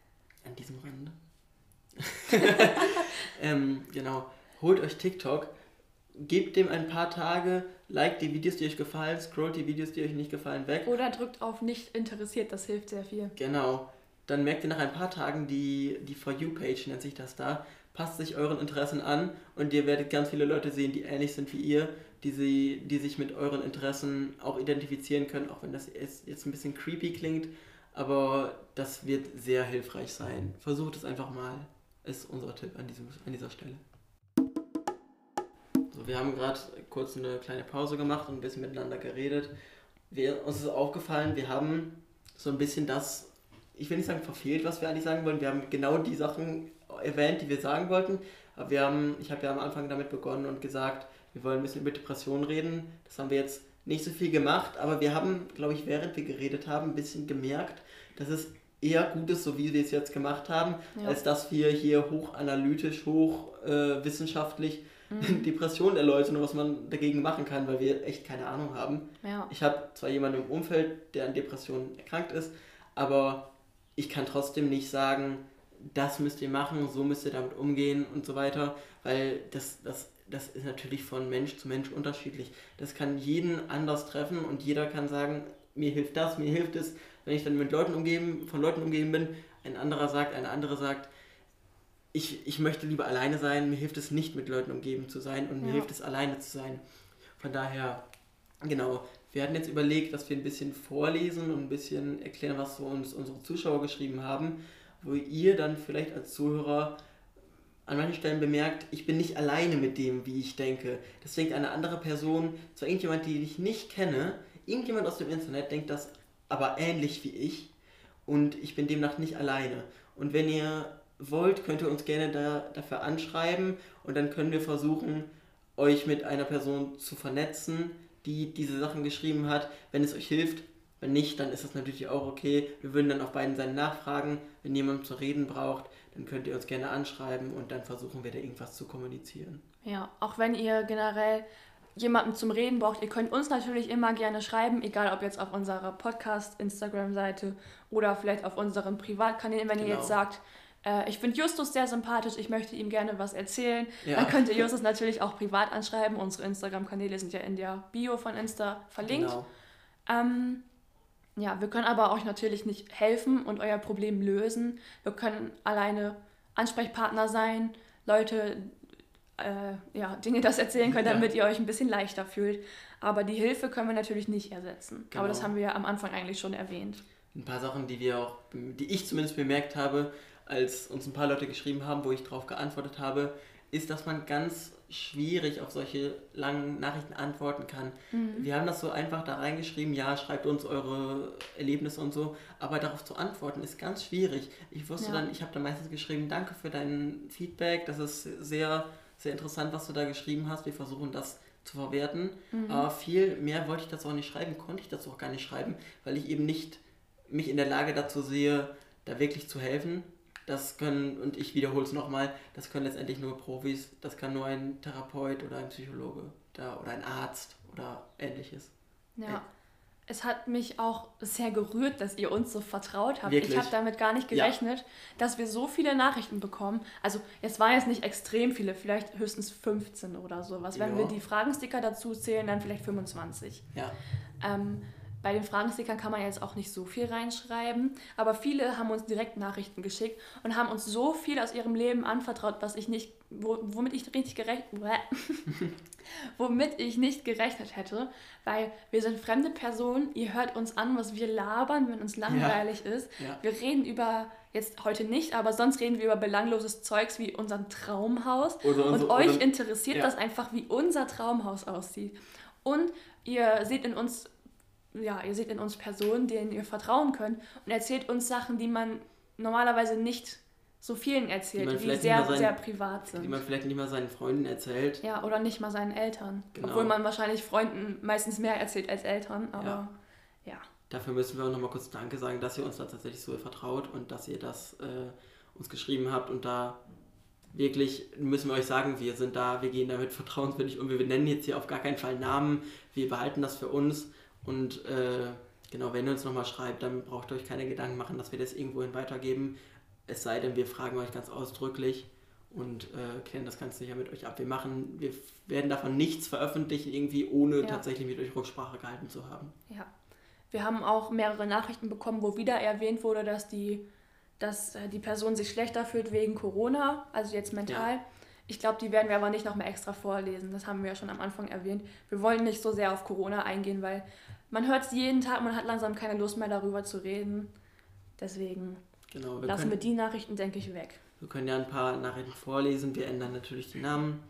an diesem Rande. ähm, genau. Holt euch TikTok, gebt dem ein paar Tage, liked die Videos, die euch gefallen, scrollt die Videos, die euch nicht gefallen, weg. Oder drückt auf nicht interessiert, das hilft sehr viel. Genau. Dann merkt ihr nach ein paar Tagen, die, die For You-Page nennt sich das da, passt sich euren Interessen an und ihr werdet ganz viele Leute sehen, die ähnlich sind wie ihr, die, sie, die sich mit euren Interessen auch identifizieren können, auch wenn das jetzt, jetzt ein bisschen creepy klingt, aber das wird sehr hilfreich sein. Versucht es einfach mal. ist unser Tipp an, diesem, an dieser Stelle. So, wir haben gerade kurz eine kleine Pause gemacht und ein bisschen miteinander geredet. Wir, uns ist aufgefallen, wir haben so ein bisschen das, ich will nicht sagen verfehlt, was wir eigentlich sagen wollen. Wir haben genau die Sachen erwähnt, die wir sagen wollten. Aber wir haben, ich habe ja am Anfang damit begonnen und gesagt, wir wollen ein bisschen über Depressionen reden. Das haben wir jetzt nicht so viel gemacht, aber wir haben, glaube ich, während wir geredet haben, ein bisschen gemerkt, dass es eher gut ist, so wie wir es jetzt gemacht haben, ja. als dass wir hier hochanalytisch, hochwissenschaftlich äh, mhm. Depressionen erläutern und was man dagegen machen kann, weil wir echt keine Ahnung haben. Ja. Ich habe zwar jemanden im Umfeld, der an Depressionen erkrankt ist, aber ich kann trotzdem nicht sagen, das müsst ihr machen, so müsst ihr damit umgehen und so weiter, weil das, das, das ist natürlich von Mensch zu Mensch unterschiedlich. Das kann jeden anders treffen und jeder kann sagen, mir hilft das, mir hilft es, wenn ich dann mit Leuten umgeben, von Leuten umgeben bin, ein anderer sagt, eine andere sagt, ich, ich möchte lieber alleine sein, mir hilft es nicht, mit Leuten umgeben zu sein und mir ja. hilft es, alleine zu sein. Von daher, genau, wir hatten jetzt überlegt, dass wir ein bisschen vorlesen und ein bisschen erklären, was so uns unsere Zuschauer geschrieben haben, wo ihr dann vielleicht als Zuhörer an manchen Stellen bemerkt, ich bin nicht alleine mit dem, wie ich denke. Das denkt eine andere Person, zwar irgendjemand, den ich nicht kenne, irgendjemand aus dem Internet denkt das aber ähnlich wie ich und ich bin demnach nicht alleine. Und wenn ihr wollt, könnt ihr uns gerne da, dafür anschreiben und dann können wir versuchen, euch mit einer Person zu vernetzen, die diese Sachen geschrieben hat, wenn es euch hilft. Wenn nicht, dann ist das natürlich auch okay. Wir würden dann auf beiden Seiten nachfragen. Wenn jemand zu reden braucht, dann könnt ihr uns gerne anschreiben und dann versuchen wir da irgendwas zu kommunizieren. Ja, auch wenn ihr generell jemanden zum Reden braucht, ihr könnt uns natürlich immer gerne schreiben, egal ob jetzt auf unserer Podcast-Instagram-Seite oder vielleicht auf unseren Privatkanälen, wenn genau. ihr jetzt sagt, äh, ich finde Justus sehr sympathisch, ich möchte ihm gerne was erzählen, ja. dann könnt ihr Justus natürlich auch privat anschreiben. Unsere Instagram-Kanäle sind ja in der Bio von Insta verlinkt. Genau. Ähm, Ja, wir können aber euch natürlich nicht helfen und euer Problem lösen. Wir können alleine Ansprechpartner sein, Leute, äh, ja, denen ihr das erzählen könnt, damit ja. ihr euch ein bisschen leichter fühlt. Aber die Hilfe können wir natürlich nicht ersetzen. Genau. Aber das haben wir ja am Anfang eigentlich schon erwähnt. Ein paar Sachen, die wir auch, die ich zumindest bemerkt habe, als uns ein paar Leute geschrieben haben, wo ich darauf geantwortet habe, ist, dass man ganz schwierig auf solche langen Nachrichten antworten kann. Mhm. Wir haben das so einfach da reingeschrieben, ja, schreibt uns eure Erlebnisse und so, aber darauf zu antworten ist ganz schwierig. Ich wusste ja. dann, ich habe dann meistens geschrieben, danke für dein Feedback, das ist sehr, sehr interessant, was du da geschrieben hast, wir versuchen das zu verwerten, mhm. aber viel mehr wollte ich dazu auch nicht schreiben, konnte ich dazu auch gar nicht schreiben, weil ich eben nicht mich in der Lage dazu sehe, da wirklich zu helfen. Das können, und ich wiederhole es nochmal, das können letztendlich nur Profis, das kann nur ein Therapeut oder ein Psychologe da, oder ein Arzt oder ähnliches. Ja, äh. es hat mich auch sehr gerührt, dass ihr uns so vertraut habt. Wirklich? Ich habe damit gar nicht gerechnet, ja. dass wir so viele Nachrichten bekommen. Also es waren jetzt nicht extrem viele, vielleicht höchstens fünfzehn oder sowas. Wenn ja. wir die Fragensticker dazu zählen, dann vielleicht fünfundzwanzig. Ja. Ähm, Bei den Fragenstickern kann man jetzt auch nicht so viel reinschreiben, aber viele haben uns direkt Nachrichten geschickt und haben uns so viel aus ihrem Leben anvertraut, was ich nicht, womit ich richtig gerechnet, womit ich nicht gerechnet hätte, weil wir sind fremde Personen, ihr hört uns an, was wir labern, wenn uns langweilig ja. ist. Ja. Wir reden über, jetzt heute nicht, aber sonst reden wir über belangloses Zeugs wie unser Traumhaus oder und unser, euch oder, interessiert ja. das einfach, wie unser Traumhaus aussieht. Und ihr seht in uns Ja, ihr seht in uns Personen, denen ihr vertrauen könnt und erzählt uns Sachen, die man normalerweise nicht so vielen erzählt, die, die sehr, seinen, sehr privat sind. Die man vielleicht nicht mal seinen Freunden erzählt. Ja, oder nicht mal seinen Eltern. Genau. Obwohl man wahrscheinlich Freunden meistens mehr erzählt als Eltern, aber ja. ja. Dafür müssen wir auch nochmal kurz Danke sagen, dass ihr uns da tatsächlich so vertraut und dass ihr das äh, uns geschrieben habt und da wirklich müssen wir euch sagen, wir sind da, wir gehen damit vertrauenswürdig um. Wir nennen jetzt hier auf gar keinen Fall Namen, wir behalten das für uns. Und äh, genau, wenn ihr uns nochmal schreibt, dann braucht ihr euch keine Gedanken machen, dass wir das irgendwohin weitergeben. Es sei denn, wir fragen euch ganz ausdrücklich und äh, klären das Ganze sicher mit euch ab. Wir machen, wir werden davon nichts veröffentlichen, irgendwie ohne ja. tatsächlich mit euch Rücksprache gehalten zu haben. Ja, wir haben auch mehrere Nachrichten bekommen, wo wieder erwähnt wurde, dass die, dass die Person sich schlechter fühlt wegen Corona, also jetzt mental. Ja. Ich glaube, die werden wir aber nicht nochmal extra vorlesen. Das haben wir ja schon am Anfang erwähnt. Wir wollen nicht so sehr auf Corona eingehen, weil man hört es jeden Tag, man hat langsam keine Lust mehr darüber zu reden. Deswegen genau, wir lassen können, wir die Nachrichten, denke ich, weg. Wir können ja ein paar Nachrichten vorlesen, wir ändern natürlich die Namen.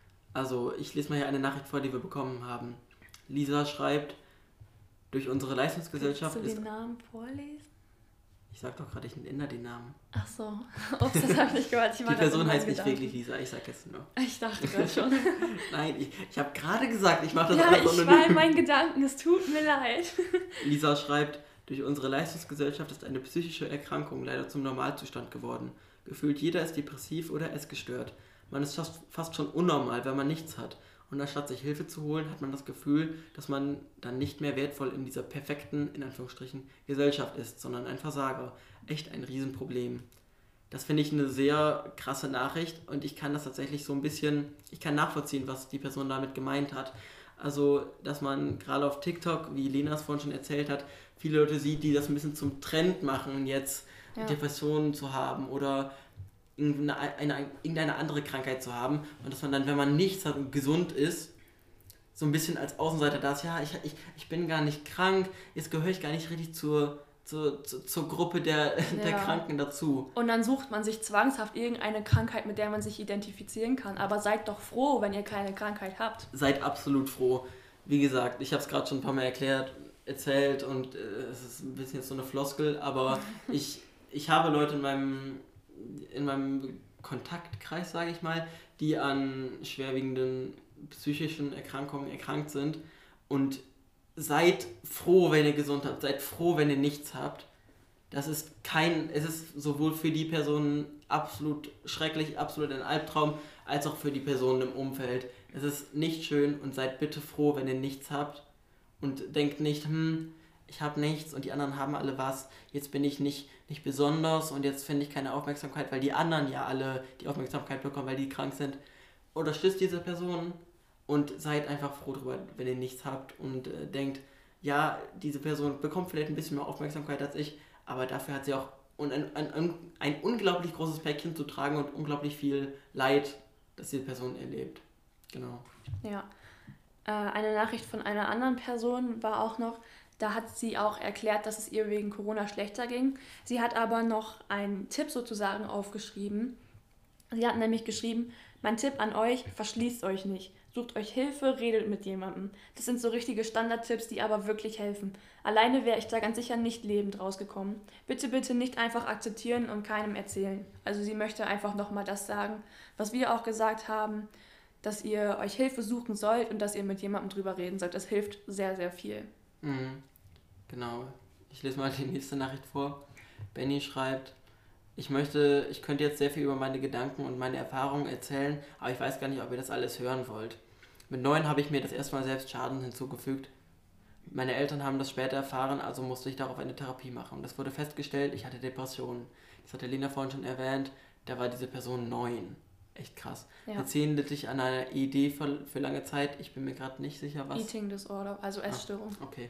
Also ich lese mal hier eine Nachricht vor, die wir bekommen haben. Lisa schreibt, durch unsere Leistungsgesellschaft Kannst du ist... den Namen vorlesen? Ich sag doch gerade, ich ändere den Namen. Ach so. Ups, das habe ich nicht gehört. Ich die Person heißt nicht wirklich Lisa, ich sag jetzt nur. Ich dachte gerade schon. Nein, ich, ich habe gerade gesagt, ich mache das ja, alles ich war in meinen Gedanken, es tut mir leid. Lisa schreibt, durch unsere Leistungsgesellschaft ist eine psychische Erkrankung leider zum Normalzustand geworden. Gefühlt jeder ist depressiv oder essgestört. Man ist fast, fast schon unnormal, wenn man nichts hat. Und anstatt sich Hilfe zu holen, hat man das Gefühl, dass man dann nicht mehr wertvoll in dieser perfekten, in Anführungsstrichen, Gesellschaft ist, sondern ein Versager. Echt ein Riesenproblem. Das finde ich eine sehr krasse Nachricht und ich kann das tatsächlich so ein bisschen, ich kann nachvollziehen, was die Person damit gemeint hat. Also, dass man gerade auf TikTok, wie Lena es vorhin schon erzählt hat, viele Leute sieht, die das ein bisschen zum Trend machen, jetzt ja. Depressionen zu haben oder irgendeine, eine, irgendeine andere Krankheit zu haben und dass man dann, wenn man nichts hat und gesund ist, so ein bisschen als Außenseiter da ist, ja, ich, ich, ich bin gar nicht krank, jetzt gehöre ich gar nicht richtig zur, zur, zur, zur Gruppe der, ja. der Kranken dazu. Und dann sucht man sich zwangshaft irgendeine Krankheit, mit der man sich identifizieren kann, aber seid doch froh, wenn ihr keine Krankheit habt. Seid absolut froh. Wie gesagt, ich habe es gerade schon ein paar Mal erklärt, erzählt und äh, es ist ein bisschen jetzt so eine Floskel, aber ich, ich habe Leute in meinem in meinem Kontaktkreis, sage ich mal, die an schwerwiegenden psychischen Erkrankungen erkrankt sind und seid froh, wenn ihr gesund habt, seid froh, wenn ihr nichts habt. Das ist kein, es ist sowohl für die Personen absolut schrecklich, absolut ein Albtraum, als auch für die Personen im Umfeld. Es ist nicht schön und seid bitte froh, wenn ihr nichts habt und denkt nicht, hm, ich habe nichts und die anderen haben alle was, jetzt bin ich nicht, nicht besonders und jetzt finde ich keine Aufmerksamkeit, weil die anderen ja alle die Aufmerksamkeit bekommen, weil die krank sind. Unterstützt diese Person und seid einfach froh darüber, wenn ihr nichts habt und äh, denkt, ja, diese Person bekommt vielleicht ein bisschen mehr Aufmerksamkeit als ich, aber dafür hat sie auch ein, ein, ein, ein unglaublich großes Päckchen zu tragen und unglaublich viel Leid, das diese Person erlebt. Genau. Ja. Äh, eine Nachricht von einer anderen Person war auch noch, da hat sie auch erklärt, dass es ihr wegen Corona schlechter ging. Sie hat aber noch einen Tipp sozusagen aufgeschrieben. Sie hat nämlich geschrieben, mein Tipp an euch, verschließt euch nicht. Sucht euch Hilfe, redet mit jemandem. Das sind so richtige Standardtipps, die aber wirklich helfen. Alleine wäre ich da ganz sicher nicht lebend rausgekommen. Bitte, bitte nicht einfach akzeptieren und keinem erzählen. Also sie möchte einfach nochmal das sagen, was wir auch gesagt haben, dass ihr euch Hilfe suchen sollt und dass ihr mit jemandem drüber reden sollt. Das hilft sehr, sehr viel. Mhm. Genau. Ich lese mal die nächste Nachricht vor. Benny schreibt, ich möchte, ich könnte jetzt sehr viel über meine Gedanken und meine Erfahrungen erzählen, aber ich weiß gar nicht, ob ihr das alles hören wollt. Mit neun habe ich mir das erste Mal selbst Schaden hinzugefügt. Meine Eltern haben das später erfahren, also musste ich darauf eine Therapie machen. Und es wurde festgestellt, ich hatte Depressionen. Das hat Lena vorhin schon erwähnt, da war diese Person neun. Echt krass. Ja. Mit zehn litt ich an einer E D für, für lange Zeit. Ich bin mir gerade nicht sicher, was... Eating Disorder, also Essstörung. Ah, okay.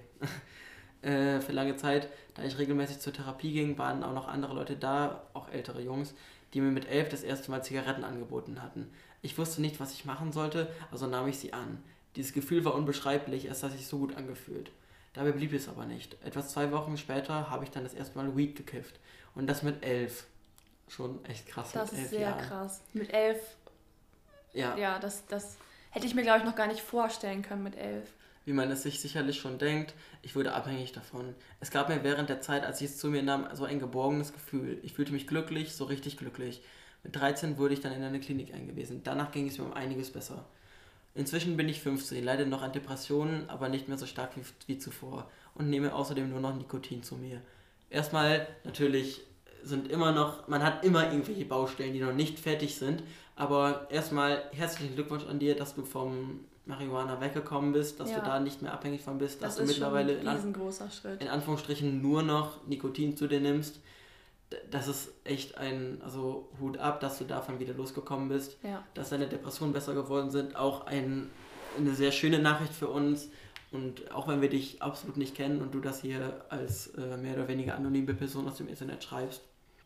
äh, für lange Zeit, da ich regelmäßig zur Therapie ging, waren auch noch andere Leute da, auch ältere Jungs, die mir mit elf das erste Mal Zigaretten angeboten hatten. Ich wusste nicht, was ich machen sollte, also nahm ich sie an. Dieses Gefühl war unbeschreiblich, es hat sich so gut angefühlt. Dabei blieb es aber nicht. Etwa zwei Wochen später habe ich dann das erste Mal Weed gekifft. Und das mit elf. Schon echt krass. Das mit elf ist sehr Jahren. krass. Mit elf. Ja. Ja, das, das hätte ich mir, glaube ich, noch gar nicht vorstellen können mit elf. Wie man es sich sicherlich schon denkt, ich wurde abhängig davon. Es gab mir während der Zeit, als ich es zu mir nahm, so ein geborgenes Gefühl. Ich fühlte mich glücklich, so richtig glücklich. Mit dreizehn wurde ich dann in eine Klinik eingewiesen. Danach ging es mir um einiges besser. Inzwischen bin ich fünfzehn, leide noch an Depressionen, aber nicht mehr so stark wie, wie zuvor und nehme außerdem nur noch Nikotin zu mir. Erstmal, natürlich sind immer noch, man hat immer irgendwelche Baustellen, die noch nicht fertig sind, aber erstmal herzlichen Glückwunsch an dir, dass du vom Marihuana weggekommen bist, dass ja. du da nicht mehr abhängig von bist, dass das du mittlerweile ein riesengroßer Schritt. in Anführungsstrichen nur noch Nikotin zu dir nimmst. Das ist echt ein, also Hut ab, dass du davon wieder losgekommen bist, ja. dass deine Depressionen besser geworden sind, auch ein, eine sehr schöne Nachricht für uns und auch wenn wir dich absolut nicht kennen und du das hier als äh, mehr oder weniger anonyme Person aus dem Internet schreibst.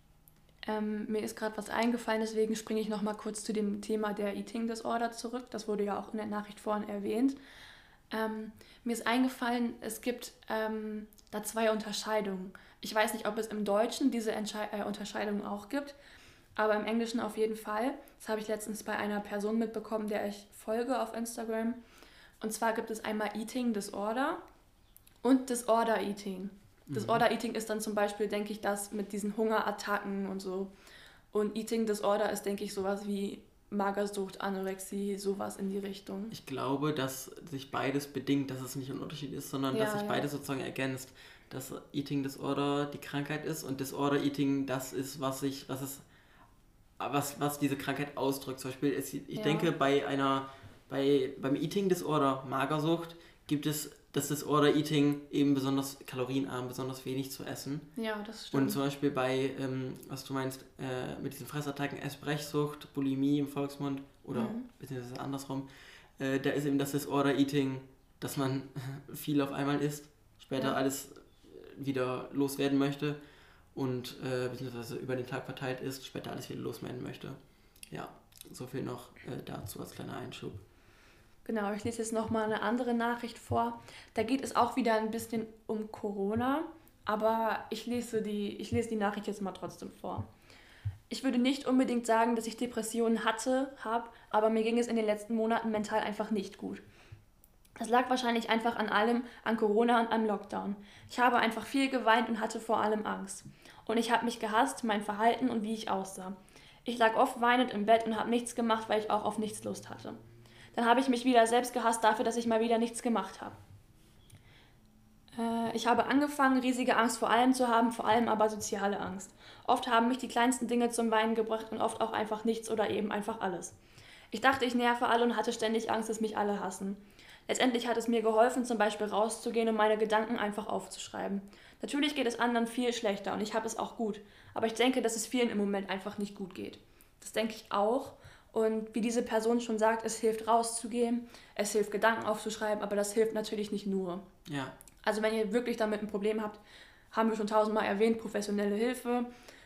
Ähm, mir ist gerade was eingefallen, deswegen springe ich nochmal kurz zu dem Thema der Eating Disorder zurück, das wurde ja auch in der Nachricht vorhin erwähnt. Ähm, mir ist eingefallen, es gibt ähm, da zwei Unterscheidungen. Ich weiß nicht, ob es im Deutschen diese Entsche- äh, Unterscheidung auch gibt, aber im Englischen auf jeden Fall. Das habe ich letztens bei einer Person mitbekommen, der ich folge auf Instagram. Und zwar gibt es einmal Eating Disorder und Disorder Eating. Disorder Eating ist dann zum Beispiel, denke ich, das mit diesen Hungerattacken und so. Und Eating Disorder ist, denke ich, sowas wie Magersucht, Anorexie, sowas in die Richtung. Ich glaube, dass sich beides bedingt, dass es nicht ein Unterschied ist, sondern Ja, dass sich ja. beides sozusagen ergänzt. Dass Eating Disorder die Krankheit ist und Disorder Eating das ist, was sich, was es, was, was diese Krankheit ausdrückt. Zum Beispiel, ist, ich Ja. denke, bei einer, bei, beim Eating Disorder, Magersucht, gibt es das Disorder Eating eben besonders kalorienarm, besonders wenig zu essen. Ja, das stimmt. Und zum Beispiel bei, ähm, was du meinst, äh, mit diesen Fressattacken, Essbrechsucht, Bulimie im Volksmund oder Mhm. beziehungsweise andersrum, äh, da ist eben das Disorder Eating, dass man viel auf einmal isst, später Ja. alles wieder loswerden möchte und äh, beziehungsweise über den Tag verteilt ist, später alles wieder loswerden möchte. Ja, so viel noch äh, dazu als kleiner Einschub. Genau, ich lese jetzt nochmal eine andere Nachricht vor. Da geht es auch wieder ein bisschen um Corona, aber ich lese die, ich lese die Nachricht jetzt mal trotzdem vor. Ich würde nicht unbedingt sagen, dass ich Depressionen hatte, habe, aber mir ging es in den letzten Monaten mental einfach nicht gut. Das lag wahrscheinlich einfach an allem, an Corona und am Lockdown. Ich habe einfach viel geweint und hatte vor allem Angst. Und ich habe mich gehasst, mein Verhalten und wie ich aussah. Ich lag oft weinend im Bett und habe nichts gemacht, weil ich auch auf nichts Lust hatte. Dann habe ich mich wieder selbst gehasst dafür, dass ich mal wieder nichts gemacht habe. Äh, ich habe angefangen, riesige Angst vor allem zu haben, vor allem aber soziale Angst. Oft haben mich die kleinsten Dinge zum Weinen gebracht und oft auch einfach nichts oder eben einfach alles. Ich dachte, ich nerve alle und hatte ständig Angst, dass mich alle hassen. Letztendlich hat es mir geholfen, zum Beispiel rauszugehen und meine Gedanken einfach aufzuschreiben. Natürlich geht es anderen viel schlechter und ich habe es auch gut. Aber ich denke, dass es vielen im Moment einfach nicht gut geht. Das denke ich auch. Und wie diese Person schon sagt, es hilft rauszugehen, es hilft Gedanken aufzuschreiben, aber das hilft natürlich nicht nur. Ja. Also wenn ihr wirklich damit ein Problem habt, haben wir schon tausendmal erwähnt, professionelle Hilfe.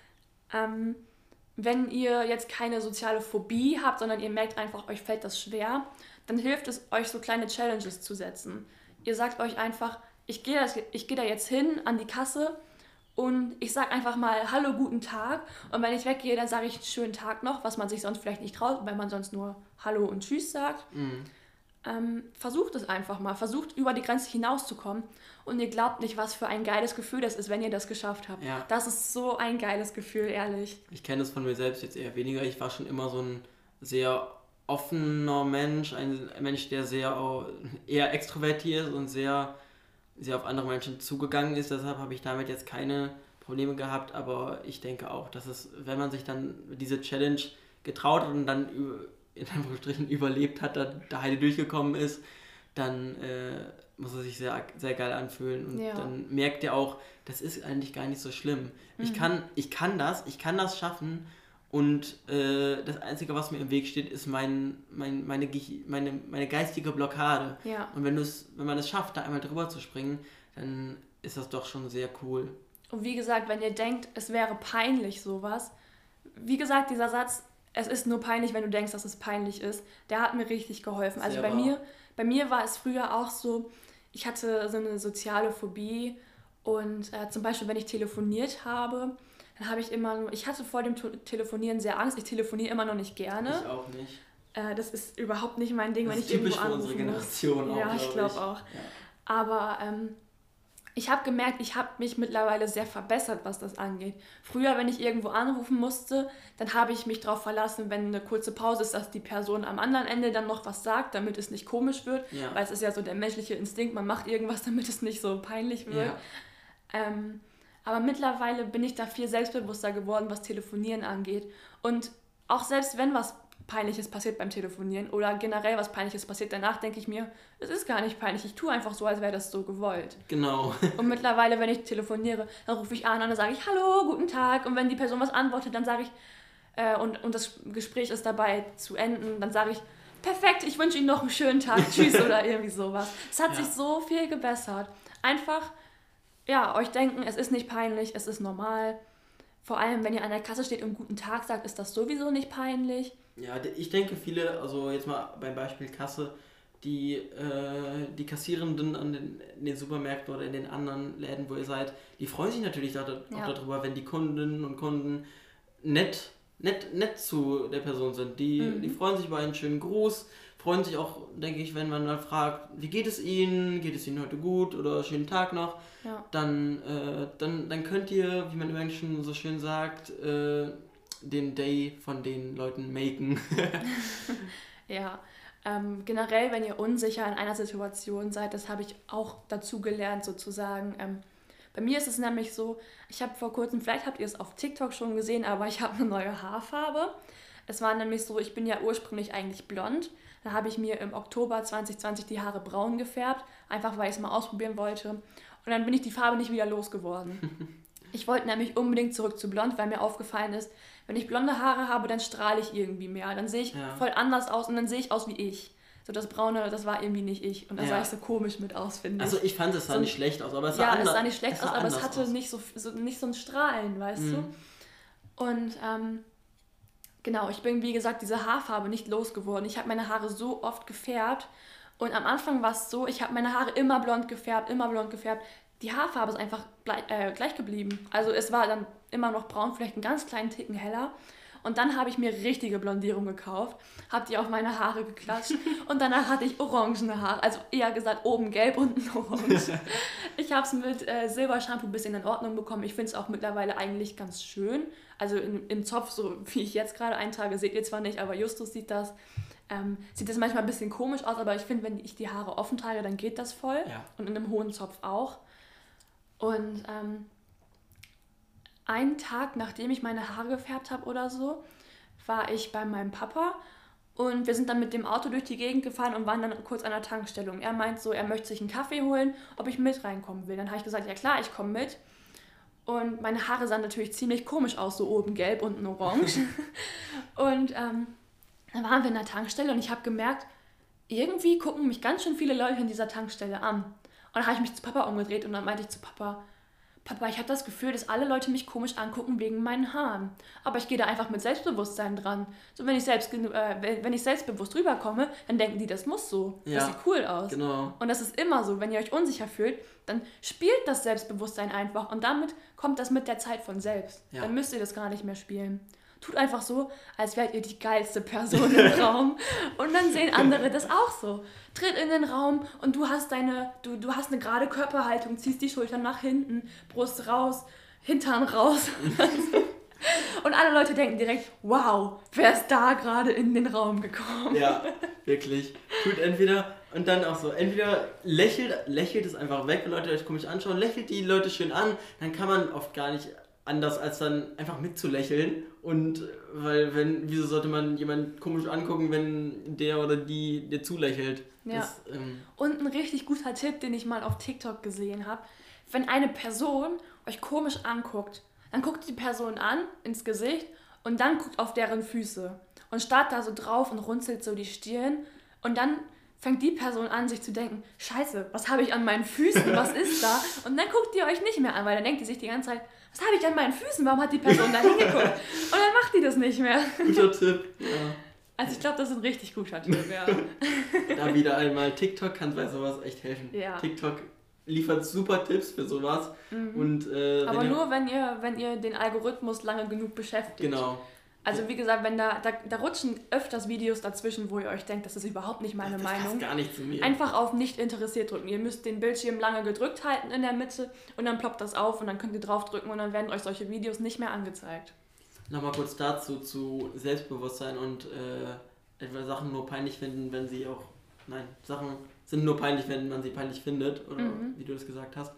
Ähm, wenn ihr jetzt keine soziale Phobie habt, sondern ihr merkt einfach, euch fällt das schwer, dann hilft es euch, so kleine Challenges zu setzen. Ihr sagt euch einfach, ich gehe das, ich gehe da jetzt hin an die Kasse und ich sage einfach mal Hallo, guten Tag. Und wenn ich weggehe, dann sage ich einen schönen Tag noch, was man sich sonst vielleicht nicht traut, weil man sonst nur Hallo und Tschüss sagt. Mhm. Ähm, versucht es einfach mal. Versucht, über die Grenze hinauszukommen. Und ihr glaubt nicht, was für ein geiles Gefühl das ist, wenn ihr das geschafft habt. Ja. Das ist so ein geiles Gefühl, ehrlich. Ich kenne das von mir selbst jetzt eher weniger. Ich war schon immer so ein sehr offener Mensch, ein Mensch, der sehr auch eher extrovertiert ist und sehr, sehr auf andere Menschen zugegangen ist. Deshalb habe ich damit jetzt keine Probleme gehabt. Aber ich denke auch, dass es, wenn man sich dann diese Challenge getraut hat und dann in Anführungsstrichen überlebt hat, da, da Heide durchgekommen ist, dann äh, muss es sich sehr, sehr geil anfühlen. Und Ja. dann merkt ihr auch, das ist eigentlich gar nicht so schlimm. Mhm. Ich kann, ich kann das, ich kann das schaffen. Und äh, das Einzige, was mir im Weg steht, ist mein, mein, meine, meine, meine geistige Blockade. Ja. Und wenn, wenn man es schafft, da einmal drüber zu springen, dann ist das doch schon sehr cool. Und wie gesagt, wenn ihr denkt, es wäre peinlich sowas, wie gesagt, dieser Satz, es ist nur peinlich, wenn du denkst, dass es peinlich ist, der hat mir richtig geholfen. Also Sehr bei wahr. mir, bei mir war es früher auch so, ich hatte so eine soziale Phobie und äh, zum Beispiel, wenn ich telefoniert habe, dann habe ich immer nur, ich hatte vor dem T- Telefonieren sehr Angst, ich telefoniere immer noch nicht gerne. Ich auch nicht. Äh, das ist überhaupt nicht mein Ding, Das wenn ist ich typisch irgendwo für unsere anrufen muss. Generation auch, Ja, ich glaub glaube ich. auch. Ja. Aber ähm, ich habe gemerkt, ich habe mich mittlerweile sehr verbessert, was das angeht. Früher, wenn ich irgendwo anrufen musste, dann habe ich mich darauf verlassen, wenn eine kurze Pause ist, dass die Person am anderen Ende dann noch was sagt, damit es nicht komisch wird. Ja. Weil es ist ja so der menschliche Instinkt, man macht irgendwas, damit es nicht so peinlich wird. Ja. Ähm, aber mittlerweile bin ich da viel selbstbewusster geworden, was Telefonieren angeht. Und auch selbst wenn was Peinliches passiert beim Telefonieren oder generell was Peinliches passiert, danach denke ich mir, es ist gar nicht peinlich, ich tue einfach so, als wäre das so gewollt. Genau. Und mittlerweile, wenn ich telefoniere, dann rufe ich an und dann sage ich Hallo, guten Tag. Und wenn die Person was antwortet, dann sage ich, äh, und, und das Gespräch ist dabei zu enden, dann sage ich, perfekt, ich wünsche Ihnen noch einen schönen Tag, tschüss oder irgendwie sowas. Es hat Ja. sich so viel gebessert. Einfach, ja, euch denken, es ist nicht peinlich, es ist normal. Vor allem, wenn ihr an der Kasse steht und guten Tag sagt, ist das sowieso nicht peinlich. Ja, ich denke viele, also jetzt mal beim Beispiel Kasse, die, äh, die Kassierenden an den, in den Supermärkten oder in den anderen Läden, wo ihr seid, die freuen sich natürlich da, Ja. auch darüber, wenn die Kundinnen und Kunden nett nett, nett zu der Person sind. Die, mhm. die freuen sich über einen schönen Gruß, freuen sich auch, denke ich, wenn man dann fragt, wie geht es Ihnen? Geht es Ihnen heute gut oder schönen Tag noch? Ja. Dann, äh, dann, dann könnt ihr, wie man im Englischen so schön sagt, äh, den Day von den Leuten maken. Ja, ähm, generell, wenn ihr unsicher in einer Situation seid, das habe ich auch dazu gelernt sozusagen. Ähm, bei mir ist es nämlich so, ich habe vor kurzem, vielleicht habt ihr es auf TikTok schon gesehen, aber ich habe eine neue Haarfarbe. Es war nämlich so, ich bin ja ursprünglich eigentlich blond. Da habe ich mir im Oktober zwanzig zwanzig die Haare braun gefärbt, einfach weil ich es mal ausprobieren wollte. Und dann bin ich die Farbe nicht wieder losgeworden. Ich wollte nämlich unbedingt zurück zu blond, weil mir aufgefallen ist, wenn ich blonde Haare habe, dann strahle ich irgendwie mehr. Dann sehe ich ja. voll anders aus und dann sehe ich aus wie ich. So das Braune, das war irgendwie nicht ich. Und da ja. sah ich so komisch mit aus, finde ich. Also ich fand, es sah so, nicht schlecht aus, aber es sah Ja, anders, es sah nicht schlecht es aus, aber es hatte aus. Nicht, so, so, nicht so ein Strahlen, weißt mhm. du? Und ähm, genau, ich bin, wie gesagt, diese Haarfarbe nicht losgeworden. Ich habe meine Haare so oft gefärbt. Und am Anfang war es so, ich habe meine Haare immer blond gefärbt, immer blond gefärbt. Die Haarfarbe ist einfach gleich, äh, gleich geblieben. Also es war dann immer noch braun, vielleicht einen ganz kleinen Ticken heller. Und dann habe ich mir richtige Blondierung gekauft, habe die auf meine Haare geklatscht und danach hatte ich orangene Haare. Also eher gesagt oben gelb, unten orange. Ich habe es mit äh, Silbershampoo ein bisschen in Ordnung bekommen. Ich finde es auch mittlerweile eigentlich ganz schön. Also in, im Zopf, so wie ich jetzt gerade eintrage, seht ihr zwar nicht, aber Justus sieht das. Ähm, sieht das manchmal ein bisschen komisch aus, aber ich finde, wenn ich die Haare offen trage, dann geht das voll. Ja. Und in einem hohen Zopf auch. Und ähm, einen Tag, nachdem ich meine Haare gefärbt habe oder so, war ich bei meinem Papa und wir sind dann mit dem Auto durch die Gegend gefahren und waren dann kurz an der Tankstelle. Und er meint so, er möchte sich einen Kaffee holen, ob ich mit reinkommen will. Dann habe ich gesagt, ja klar, ich komme mit. Und meine Haare sahen natürlich ziemlich komisch aus, so oben gelb, unten orange. Und ähm, dann waren wir in der Tankstelle und ich habe gemerkt, irgendwie gucken mich ganz schön viele Leute in dieser Tankstelle an. Und dann habe ich mich zu Papa umgedreht und dann meinte ich zu Papa, Papa, ich habe das Gefühl, dass alle Leute mich komisch angucken wegen meinen Haaren. Aber ich gehe da einfach mit Selbstbewusstsein dran. So, wenn ich, selbst, äh, wenn ich selbstbewusst rüberkomme, dann denken die, das muss so. Ja, das sieht cool aus. Genau. Und das ist immer so. Wenn ihr euch unsicher fühlt, dann spielt das Selbstbewusstsein einfach. Und damit kommt das mit der Zeit von selbst. Ja. Dann müsst ihr das gar nicht mehr spielen. Tut einfach so, als wärt ihr die geilste Person im Raum. Und dann sehen andere das auch so. Tritt in den Raum und du hast deine, du, du hast eine gerade Körperhaltung, ziehst die Schultern nach hinten, Brust raus, Hintern raus. Und alle Leute denken direkt, wow, wer ist da gerade in den Raum gekommen? Ja, wirklich. Tut entweder, und dann auch so, entweder lächelt, lächelt es einfach weg, wenn Leute euch komisch anschauen, lächelt die Leute schön an, dann kann man oft gar nicht anders als dann einfach mitzulächeln. Und weil, wenn, wieso sollte man jemanden komisch angucken, wenn der oder die dir zulächelt? Ja. Das, ähm und ein richtig guter Tipp, den ich mal auf TikTok gesehen habe, wenn eine Person euch komisch anguckt, dann guckt die Person an, ins Gesicht und dann guckt auf deren Füße und starrt da so drauf und runzelt so die Stirn und dann fängt die Person an, sich zu denken, scheiße, was habe ich an meinen Füßen, was ist da? Und dann guckt die euch nicht mehr an, weil dann denkt die sich die ganze Zeit, was habe ich an meinen Füßen, warum hat die Person da hingeguckt? Und dann macht die das nicht mehr. Guter Tipp, ja. Also ich glaube, das ist ein richtig guter Tipp, ja. Da wieder einmal, TikTok kann bei sowas echt helfen. Ja. TikTok liefert super Tipps für sowas. Mhm. Und, äh, aber wenn nur, wenn ihr, wenn ihr den Algorithmus lange genug beschäftigt. Genau. Also wie gesagt, wenn da, da, da rutschen öfters Videos dazwischen, wo ihr euch denkt, das ist überhaupt nicht meine das Meinung. Das passt gar nicht zu mir. Einfach auf nicht interessiert drücken. Ihr müsst den Bildschirm lange gedrückt halten in der Mitte und dann ploppt das auf und dann könnt ihr draufdrücken und dann werden euch solche Videos nicht mehr angezeigt. Nochmal kurz dazu, zu Selbstbewusstsein und äh, etwa Sachen nur peinlich finden, wenn sie auch, nein, Sachen sind nur peinlich, wenn man sie peinlich findet, oder mhm. wie du das gesagt hast.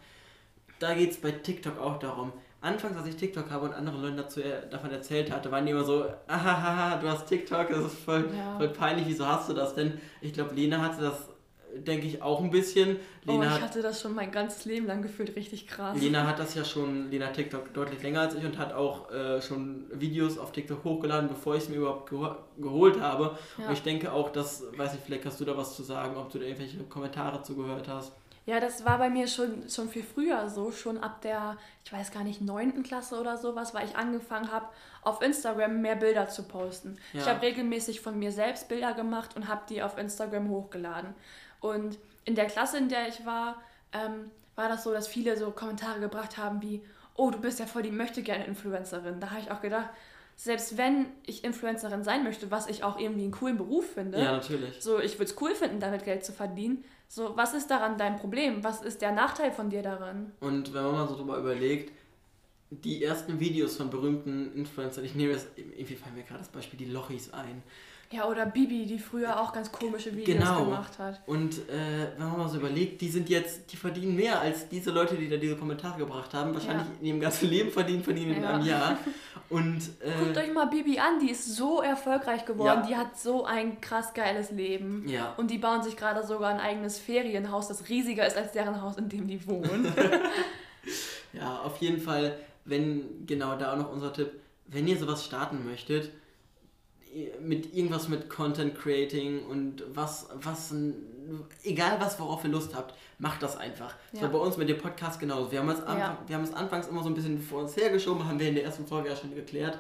Da geht es bei TikTok auch darum. Anfangs, als ich TikTok habe und andere Leute dazu, äh, davon erzählt hatte, waren die immer so, ahaha, du hast TikTok, das ist voll, ja. voll peinlich, wieso hast du das denn? Ich glaube, Lena hatte das, denke ich, auch ein bisschen. Lena oh, ich hat, hatte das schon mein ganzes Leben lang gefühlt, richtig krass. Lena hat das ja schon, Lena hat TikTok deutlich länger als ich und hat auch äh, schon Videos auf TikTok hochgeladen, bevor ich es mir überhaupt geho- geholt habe. Ja. Und ich denke auch, dass, weiß ich, vielleicht hast du da was zu sagen, ob du da irgendwelche Kommentare zugehört hast. Ja, das war bei mir schon, schon viel früher so, schon ab der, ich weiß gar nicht, neunten Klasse oder sowas, weil ich angefangen habe, auf Instagram mehr Bilder zu posten. Ja. Ich habe regelmäßig von mir selbst Bilder gemacht und habe die auf Instagram hochgeladen. Und in der Klasse, in der ich war, ähm, war das so, dass viele so Kommentare gebracht haben wie, oh, du bist ja voll die Möchtegern-Influencerin. Da habe ich auch gedacht, selbst wenn ich Influencerin sein möchte, was ich auch irgendwie einen coolen Beruf finde. Ja, natürlich. So, ich würde es cool finden, damit Geld zu verdienen. So, was ist daran dein Problem? Was ist der Nachteil von dir daran? Und wenn man mal so drüber überlegt, die ersten Videos von berühmten Influencern, ich nehme jetzt, irgendwie fallen mir gerade das Beispiel die Lochis ein. Ja, oder Bibi, die früher auch ganz komische Videos genau. gemacht hat. Und äh, wenn man mal so überlegt, die sind jetzt, die verdienen mehr als diese Leute, die da diese Kommentare gebracht haben. Wahrscheinlich Ja. in ihrem ganzen Leben verdienen, verdienen in Ja. einem Jahr. Und, äh, Guckt euch mal Bibi an, die ist so erfolgreich geworden, Ja. die hat so ein krass geiles Leben. Ja. Und die bauen sich gerade sogar ein eigenes Ferienhaus, das riesiger ist als deren Haus, in dem die wohnen. Ja, auf jeden Fall, wenn, genau da auch noch unser Tipp, wenn ihr sowas starten möchtet, mit irgendwas mit Content Creating und was, was, egal was, worauf ihr Lust habt, macht das einfach. Ja. Das war bei uns mit dem Podcast genauso. Wir haben, es Anfang, Ja. wir haben es anfangs immer so ein bisschen vor uns hergeschoben, haben wir in der ersten Folge ja schon geklärt.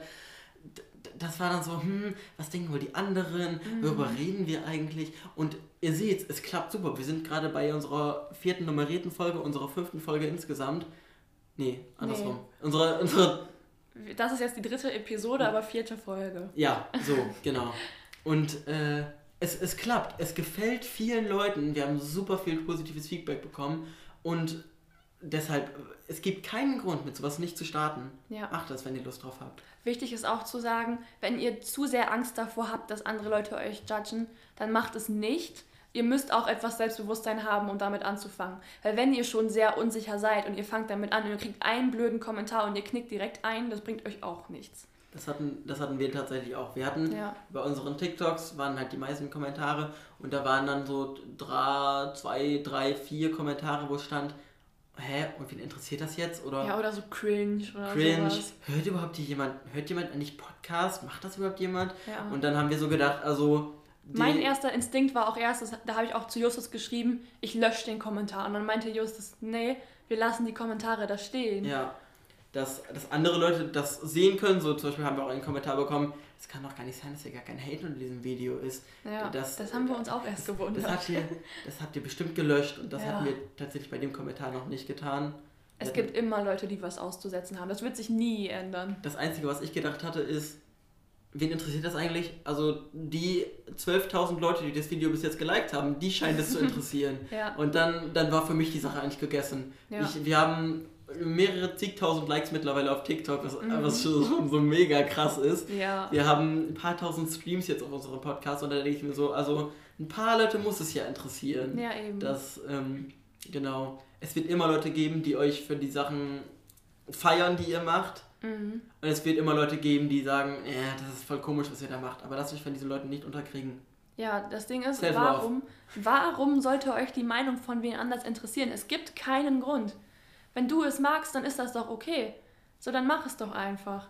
Das war dann so, hm, was denken wohl die anderen, Mhm. worüber reden wir eigentlich? Und ihr seht, es klappt super. Wir sind gerade bei unserer vierten nummerierten Folge, unserer fünften Folge insgesamt. Nee, andersrum. Nee. Unsere, unsere Das ist jetzt die dritte Episode, aber vierte Folge. Ja, so, genau. Und äh, es, es klappt. Es gefällt vielen Leuten. Wir haben super viel positives Feedback bekommen. Und deshalb, es gibt keinen Grund, mit sowas nicht zu starten. Ja. Macht das, wenn ihr Lust drauf habt. Wichtig ist auch zu sagen, wenn ihr zu sehr Angst davor habt, dass andere Leute euch judgen, dann macht es nicht. Ihr müsst auch etwas Selbstbewusstsein haben, um damit anzufangen. Weil wenn ihr schon sehr unsicher seid und ihr fangt damit an und ihr kriegt einen blöden Kommentar und ihr knickt direkt ein, das bringt euch auch nichts. Das hatten, das hatten wir tatsächlich auch. Wir hatten Ja. bei unseren TikToks waren halt die meisten Kommentare und da waren dann so drei, zwei, drei, vier Kommentare, wo stand, hä, und wen interessiert das jetzt? Oder Ja, oder so cringe oder cringe. sowas. Hört überhaupt hier jemand, hört jemand eigentlich Podcast? Macht das überhaupt jemand? Ja. Und dann haben wir so gedacht, also die, Mein erster Instinkt war auch erstes, da habe ich auch zu Justus geschrieben, ich lösche den Kommentar. Und dann meinte Justus, nee, wir lassen die Kommentare da stehen. ja, dass, dass andere Leute das sehen können, so zum Beispiel haben wir auch einen Kommentar bekommen, es kann doch gar nicht sein, dass hier gar kein Hate unter diesem Video ist. Ja, das, das haben wir uns auch erst gewundert. Das habt ihr, das habt ihr bestimmt gelöscht und das Ja. hatten wir tatsächlich bei dem Kommentar noch nicht getan. Es Wir gibt hatten- immer Leute, die was auszusetzen haben. Das wird sich nie ändern. Das Einzige, was ich gedacht hatte, ist, wen interessiert das eigentlich? Also die zwölftausend Leute, die das Video bis jetzt geliked haben, die scheint es zu interessieren. Ja. Und dann, dann war für mich die Sache eigentlich gegessen. Ja. Ich, wir haben mehrere zigtausend Likes mittlerweile auf TikTok, was, Mhm. was schon so mega krass ist. Ja. Wir haben ein paar tausend Streams jetzt auf unserem Podcast und da denke ich mir so, also ein paar Leute muss es ja interessieren. Ja, eben. Dass, ähm, genau, es wird immer Leute geben, die euch für die Sachen feiern, die ihr macht. Mhm. Und es wird immer Leute geben, die sagen, ja, das ist voll komisch, was ihr da macht. Aber lasst euch von diesen Leuten nicht unterkriegen. Ja, das Ding ist, Self-love. warum, warum sollte euch die Meinung von wen anders interessieren? Es gibt keinen Grund. Wenn du es magst, dann ist das doch okay. So, dann mach es doch einfach.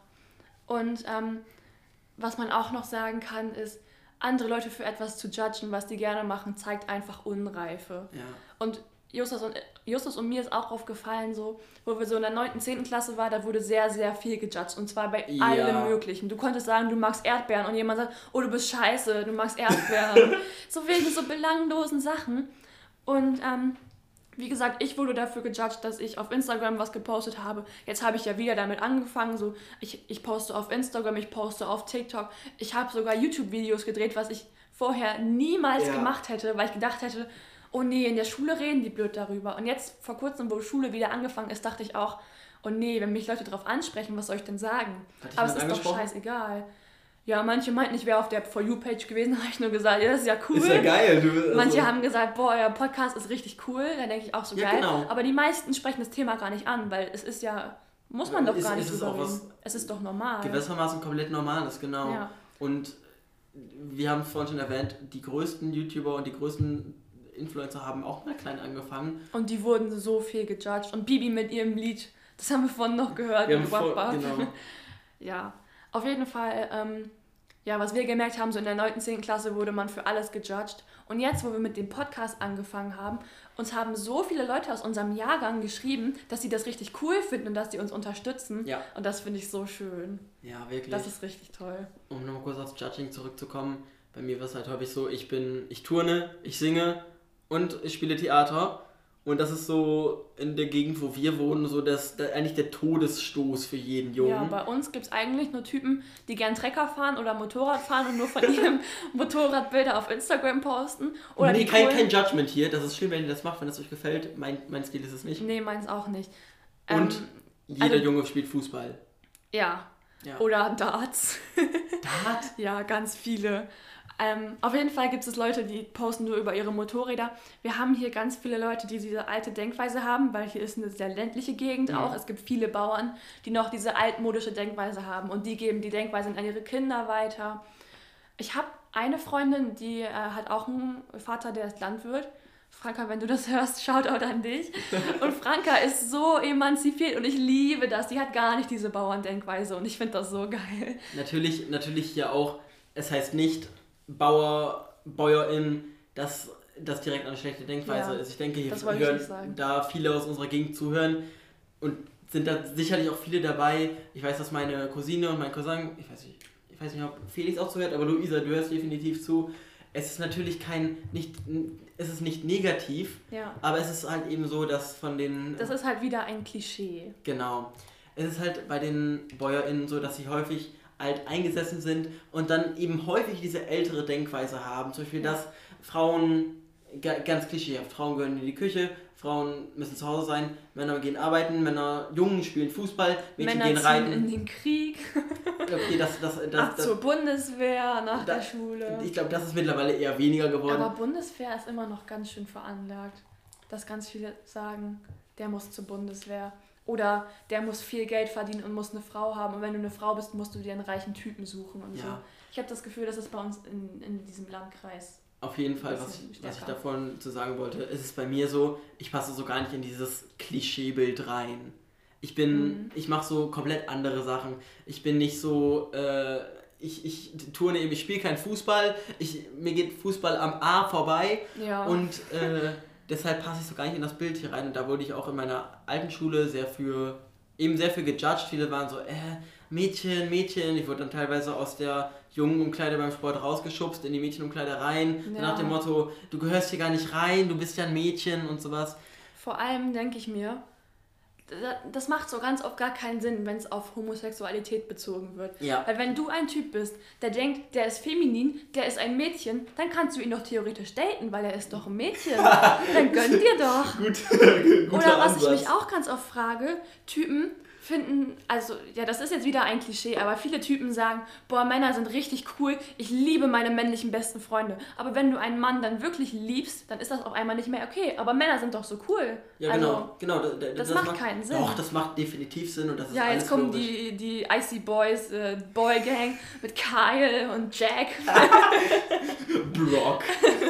Und ähm, was man auch noch sagen kann, ist, andere Leute für etwas zu judgen, was die gerne machen, zeigt einfach Unreife. Ja. Und Justus und, Justus und mir ist auch aufgefallen, so, wo wir so in der neunten, zehnten Klasse waren, da wurde sehr, sehr viel gejudged. Und zwar bei Ja. allem Möglichen. Du konntest sagen, du magst Erdbeeren und jemand sagt, oh, du bist scheiße, du magst Erdbeeren. So wegen so belanglosen Sachen. Und ähm, wie gesagt, ich wurde dafür gejudged, dass ich auf Instagram was gepostet habe. Jetzt habe ich ja wieder damit angefangen, so ich, ich poste auf Instagram, ich poste auf TikTok. Ich habe sogar YouTube-Videos gedreht, was ich vorher niemals Ja. gemacht hätte, weil ich gedacht hätte, oh nee, in der Schule reden die blöd darüber. Und jetzt, vor kurzem, wo Schule wieder angefangen ist, dachte ich auch, oh nee, wenn mich Leute darauf ansprechen, was soll ich denn sagen? Hat dich Aber es jemand ist doch angesprochen? scheißegal. Ja, manche meinten, ich wäre auf der For You-Page gewesen, habe ich nur gesagt, ja, das ist ja cool. Ist ja geil. Du, also, Manche haben gesagt, boah, euer Podcast ist richtig cool. Da denke ich auch so Ja, geil. genau. Aber die meisten sprechen das Thema gar nicht an, weil es ist ja, muss man doch Ist- gar nicht ist es drüber auch was reden. Es ist doch normal. gewissermaßen komplett normal ist, genau. Ja. Und wir haben es vorhin schon erwähnt, die größten YouTuber und die größten Influencer haben auch mal klein angefangen. Und die wurden so viel gejudged. Und Bibi mit ihrem Lied, das haben wir vorhin noch gehört. Wir haben mit vor, Wap Wap. genau. Ja, auf jeden Fall, ähm, ja, was wir gemerkt haben, so in der neunten, zehnten Klasse wurde man für alles gejudged. Und jetzt, wo wir mit dem Podcast angefangen haben, uns haben so viele Leute aus unserem Jahrgang geschrieben, dass sie das richtig cool finden und dass sie uns unterstützen. Ja. Und das finde ich so schön. Ja, wirklich. Das ist richtig toll. Um nochmal kurz aufs Judging zurückzukommen, bei mir war es halt häufig so, ich bin, ich turne, ich singe und ich spiele Theater Und das ist so in der Gegend, wo wir wohnen, so das, das eigentlich der Todesstoß für jeden Jungen. Ja, bei uns gibt es eigentlich nur Typen, die gern Trecker fahren oder Motorrad fahren und nur von ihrem Motorrad Bilder auf Instagram posten. Oder nee, die kein, coolen... kein Judgment hier. Das ist schön, wenn ihr das macht, wenn es euch gefällt. Mein, mein Stil ist es nicht. Nee, meins auch nicht. Und ähm, jeder also, Junge spielt Fußball. Ja. Ja. Oder Darts. Dart? Ja, ganz viele. Ähm, auf jeden Fall gibt es Leute, die posten nur über ihre Motorräder. Wir haben hier ganz viele Leute, die diese alte Denkweise haben, weil hier ist eine sehr ländliche Gegend Ja. auch. Es gibt viele Bauern, die noch diese altmodische Denkweise haben und die geben die Denkweise an ihre Kinder weiter. Ich habe eine Freundin, die äh, hat auch einen Vater, der ist Landwirt. Franka, wenn du das hörst, Shoutout an dich. Und Franka ist so emanzipiert und ich liebe das. Die hat gar nicht diese Bauerndenkweise und ich finde das so geil. Natürlich, natürlich ja auch, es heißt nicht Bauer, Bäuerin, dass das direkt eine schlechte Denkweise Ja, ist. Ich denke, hier das wollte ich hören, nicht sagen. da viele aus unserer Gegend zuhören und sind da sicherlich auch viele dabei. Ich weiß, dass meine Cousine und mein Cousin, ich weiß nicht, ich weiß nicht, ob Felix auch zuhört, aber Luisa, du hörst definitiv zu. Es ist natürlich kein, nicht, es ist nicht negativ, Ja. aber es ist halt eben so, dass von den... Das ist halt wieder ein Klischee. Genau. Es ist halt bei den BäuerInnen so, dass sie häufig alt eingesessen sind und dann eben häufig diese ältere Denkweise haben. Zum Beispiel, Ja. dass Frauen, ga- ganz klischeehaft, Frauen gehören in die Küche, Frauen müssen zu Hause sein, Männer gehen arbeiten, Männer, Jungen spielen Fußball, Mädchen Männer gehen ziehen reiten. in den Krieg, Okay, das, das, das, ab das, zur Bundeswehr, nach da- der Schule. ich glaube, das ist mittlerweile eher weniger geworden. Aber Bundeswehr ist immer noch ganz schön veranlagt, dass ganz viele sagen, der muss zur Bundeswehr. Oder der muss viel Geld verdienen und muss eine Frau haben. Und wenn du eine Frau bist, musst du dir einen reichen Typen suchen und so. Ja. Ich habe das Gefühl, das ist bei uns in, in diesem Landkreis. Auf jeden Fall, ein was bisschen ich, was ich stärker. davon zu sagen wollte, ist es bei mir so, ich passe so gar nicht in dieses Klischeebild rein. Ich bin, Mhm. ich mache so komplett andere Sachen. Ich bin nicht so, äh, ich, ich turne eben, ich spiele keinen Fußball, ich, mir geht Fußball am A vorbei Ja. und äh, deshalb passe ich so gar nicht in das Bild hier rein. Und da wurde ich auch in meiner alten Schule sehr für, eben sehr für gejudged. Viele waren so, äh, Mädchen, Mädchen. Ich wurde dann teilweise aus der Jungenumkleide beim Sport rausgeschubst in die Mädchenumkleide rein. Ja. Nach dem Motto, du gehörst hier gar nicht rein, du bist ja ein Mädchen und sowas. Vor allem denke ich mir, da- das macht so ganz oft gar keinen Sinn, wenn es auf Homosexualität bezogen wird. Ja. Weil wenn du ein Typ bist, der denkt, der ist feminin, der ist ein Mädchen, dann kannst du ihn doch theoretisch daten, weil er ist doch ein Mädchen. Dann gönn dir doch. Gut, guter Oder was Ansatz. ich mich auch ganz oft frage, Typen finden, also ja, das ist jetzt wieder ein Klischee, aber viele Typen sagen, boah, Männer sind richtig cool, ich liebe meine männlichen besten Freunde. Aber wenn du einen Mann dann wirklich liebst, dann ist das auf einmal nicht mehr okay. Aber Männer sind doch so cool. Ja, also, genau. genau da- da- das macht keinen Sinn. Doch, das macht definitiv Sinn und das ist Ja, alles jetzt kommen logisch. die, die Icy Boys, äh, Boy Gang mit Kyle und Jack. Brock.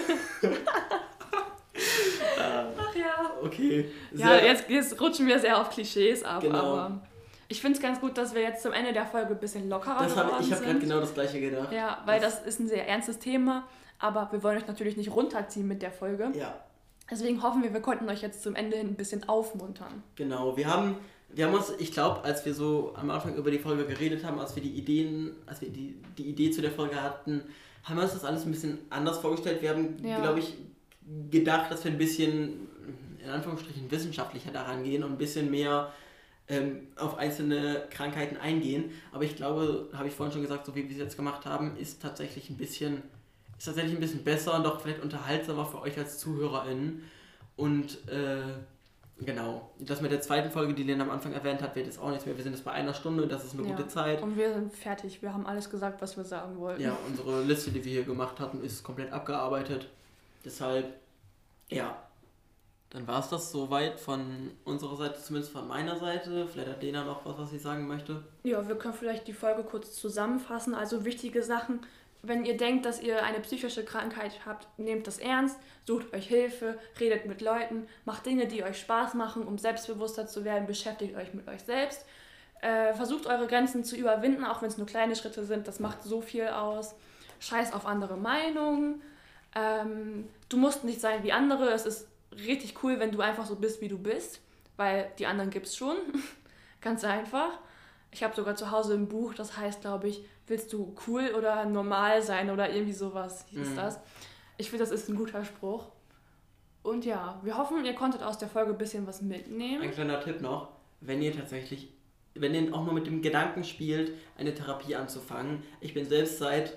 Ach ja. Okay. Ja, Sehr- jetzt, jetzt rutschen wir sehr auf Klischees ab, Genau. aber ich finde es ganz gut, dass wir jetzt zum Ende der Folge ein bisschen lockerer das hab, geworden ich habe gerade sind. genau das gleiche gedacht. Ja, weil das ist ein sehr ernstes Thema, aber wir wollen euch natürlich nicht runterziehen mit der Folge. Ja, Deswegen hoffen wir, wir konnten euch jetzt zum Ende hin ein bisschen aufmuntern. genau. Wir haben, wir haben uns, ich glaube, als wir so am Anfang über die Folge geredet haben, als wir die Ideen, als wir die, die Idee zu der Folge hatten, haben wir uns das alles ein bisschen anders vorgestellt. Wir haben, Ja. glaube ich, gedacht, dass wir ein bisschen, in Anführungsstrichen, wissenschaftlicher daran gehen und ein bisschen mehr ähm, auf einzelne Krankheiten eingehen. Aber ich glaube, habe ich vorhin schon gesagt, so wie wir es jetzt gemacht haben, ist tatsächlich ein bisschen, ist tatsächlich ein bisschen besser und auch vielleicht unterhaltsamer für euch als ZuhörerInnen. Und äh, genau, das mit der zweiten Folge, die Lena am Anfang erwähnt hat, wird jetzt auch nichts mehr. Wir sind jetzt bei einer Stunde, das ist eine Ja. gute Zeit. Und wir sind fertig. Wir haben alles gesagt, was wir sagen wollten. Ja, unsere Liste, die wir hier gemacht hatten, ist komplett abgearbeitet. Deshalb, ja, dann war es das soweit von unserer Seite, zumindest von meiner Seite. Vielleicht hat Lena noch was, was sie sagen möchte. Ja, wir können vielleicht die Folge kurz zusammenfassen. Also wichtige Sachen. Wenn ihr denkt, dass ihr eine psychische Krankheit habt, nehmt das ernst, sucht euch Hilfe, redet mit Leuten, macht Dinge, die euch Spaß machen, um selbstbewusster zu werden, beschäftigt euch mit euch selbst. Äh, versucht eure Grenzen zu überwinden, auch wenn es nur kleine Schritte sind, das macht so viel aus. Scheiß auf andere Meinungen. Ähm, du musst nicht sein wie andere, es ist richtig cool, wenn du einfach so bist, wie du bist, weil die anderen gibt's schon. Ganz einfach. Ich habe sogar zu Hause ein Buch, das heißt, glaube ich, willst du cool oder normal sein oder irgendwie sowas hieß Mhm. das. Ich finde, das ist ein guter Spruch. Und ja, wir hoffen, ihr konntet aus der Folge ein bisschen was mitnehmen. Ein kleiner Tipp noch, wenn ihr tatsächlich, wenn ihr auch nur mit dem Gedanken spielt, eine Therapie anzufangen. Ich bin selbst seit,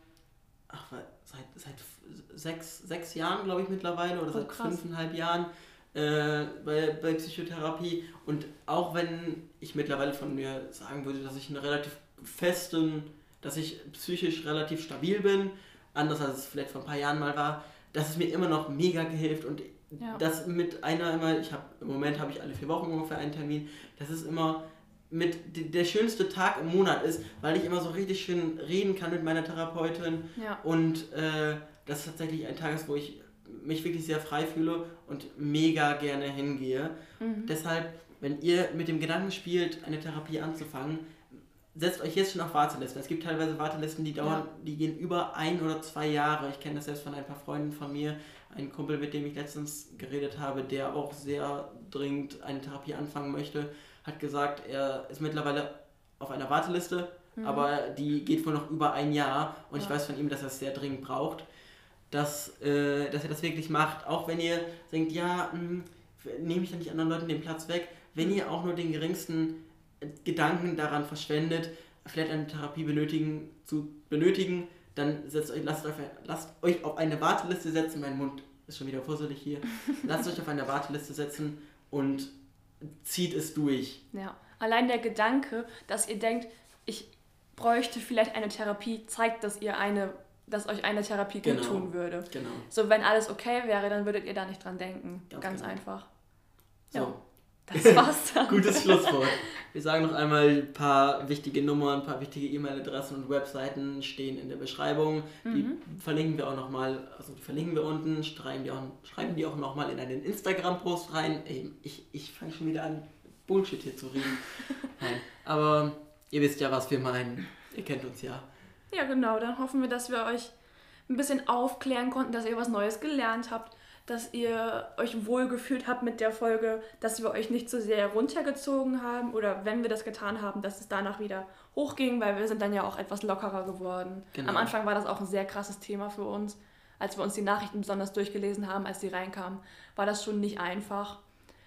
ach, seit, seit sechs, sechs Jahren, glaube ich, mittlerweile, oder oh, seit krass. fünfeinhalb Jahren äh, bei, bei Psychotherapie. Und auch wenn ich mittlerweile von mir sagen würde, dass ich einen relativ festen, dass ich psychisch relativ stabil bin, anders als es vielleicht vor ein paar Jahren mal war, dass es mir immer noch mega hilft und ja. das mit einer immer, ich habe im Moment habe ich alle vier Wochen ungefähr einen Termin, das ist immer mit die, der schönste Tag im Monat ist, weil ich immer so richtig schön reden kann mit meiner Therapeutin ja. und äh, das tatsächlich ein Tag ist, wo ich mich wirklich sehr frei fühle und mega gerne hingehe. Mhm. Deshalb, wenn ihr mit dem Gedanken spielt, eine Therapie anzufangen, setzt euch jetzt schon auf Wartelisten. Es gibt teilweise Wartelisten, die dauern, ja. die gehen über ein oder zwei Jahre. Ich kenne das selbst von ein paar Freunden von mir. Ein Kumpel, mit dem ich letztens geredet habe, der auch sehr dringend eine Therapie anfangen möchte, hat gesagt, er ist mittlerweile auf einer Warteliste, mhm. aber die geht wohl noch über ein Jahr und ja. ich weiß von ihm, dass er es sehr dringend braucht, dass, äh, dass er das wirklich macht. Auch wenn ihr denkt, ja, mh, nehme ich dann nicht anderen Leuten den Platz weg, wenn ihr auch nur den geringsten Gedanken daran verschwendet, vielleicht eine Therapie benötigen, zu benötigen, dann setzt euch, lasst, euch, lasst euch auf eine Warteliste setzen. Mein Mund ist schon wieder fusselig hier. Lasst euch auf eine Warteliste setzen und zieht es durch. Ja, allein der Gedanke, dass ihr denkt, ich bräuchte vielleicht eine Therapie, zeigt, dass ihr eine, dass euch eine Therapie gut genau. tun würde. Genau. So, wenn alles okay wäre, dann würdet ihr da nicht dran denken. Ganz, Ganz genau. einfach. So. Ja. Das war's dann. Gutes Schlusswort. Wir sagen noch einmal, ein paar wichtige Nummern, ein paar wichtige E-Mail-Adressen und Webseiten stehen in der Beschreibung. Die mhm. verlinken wir auch nochmal, also die verlinken wir unten, schreiben die auch, schreiben die auch nochmal in einen Instagram-Post rein. Ey, ich ich fange schon wieder an, Bullshit hier zu reden. Nein, aber ihr wisst ja, was wir meinen. Ihr kennt uns ja. Ja, genau. Dann hoffen wir, dass wir euch ein bisschen aufklären konnten, dass ihr was Neues gelernt habt, dass ihr euch wohlgefühlt habt mit der Folge, dass wir euch nicht so sehr runtergezogen haben oder wenn wir das getan haben, dass es danach wieder hochging, weil wir sind dann ja auch etwas lockerer geworden. Genau. Am Anfang war das auch ein sehr krasses Thema für uns. Als wir uns die Nachrichten besonders durchgelesen haben, als sie reinkamen, war das schon nicht einfach.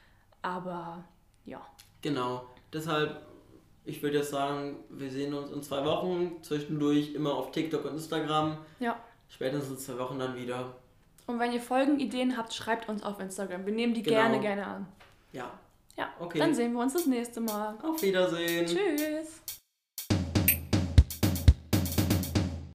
Aber ja. Genau. Deshalb, ich würde jetzt sagen, wir sehen uns in zwei Wochen zwischendurch immer auf TikTok und Instagram. Ja. Spätestens in zwei Wochen dann wieder. Und wenn ihr Folgenideen habt, schreibt uns auf Instagram. Wir nehmen die genau. gerne, gerne an. Ja. Ja, okay. Dann sehen wir uns das nächste Mal. Auf Wiedersehen. Tschüss.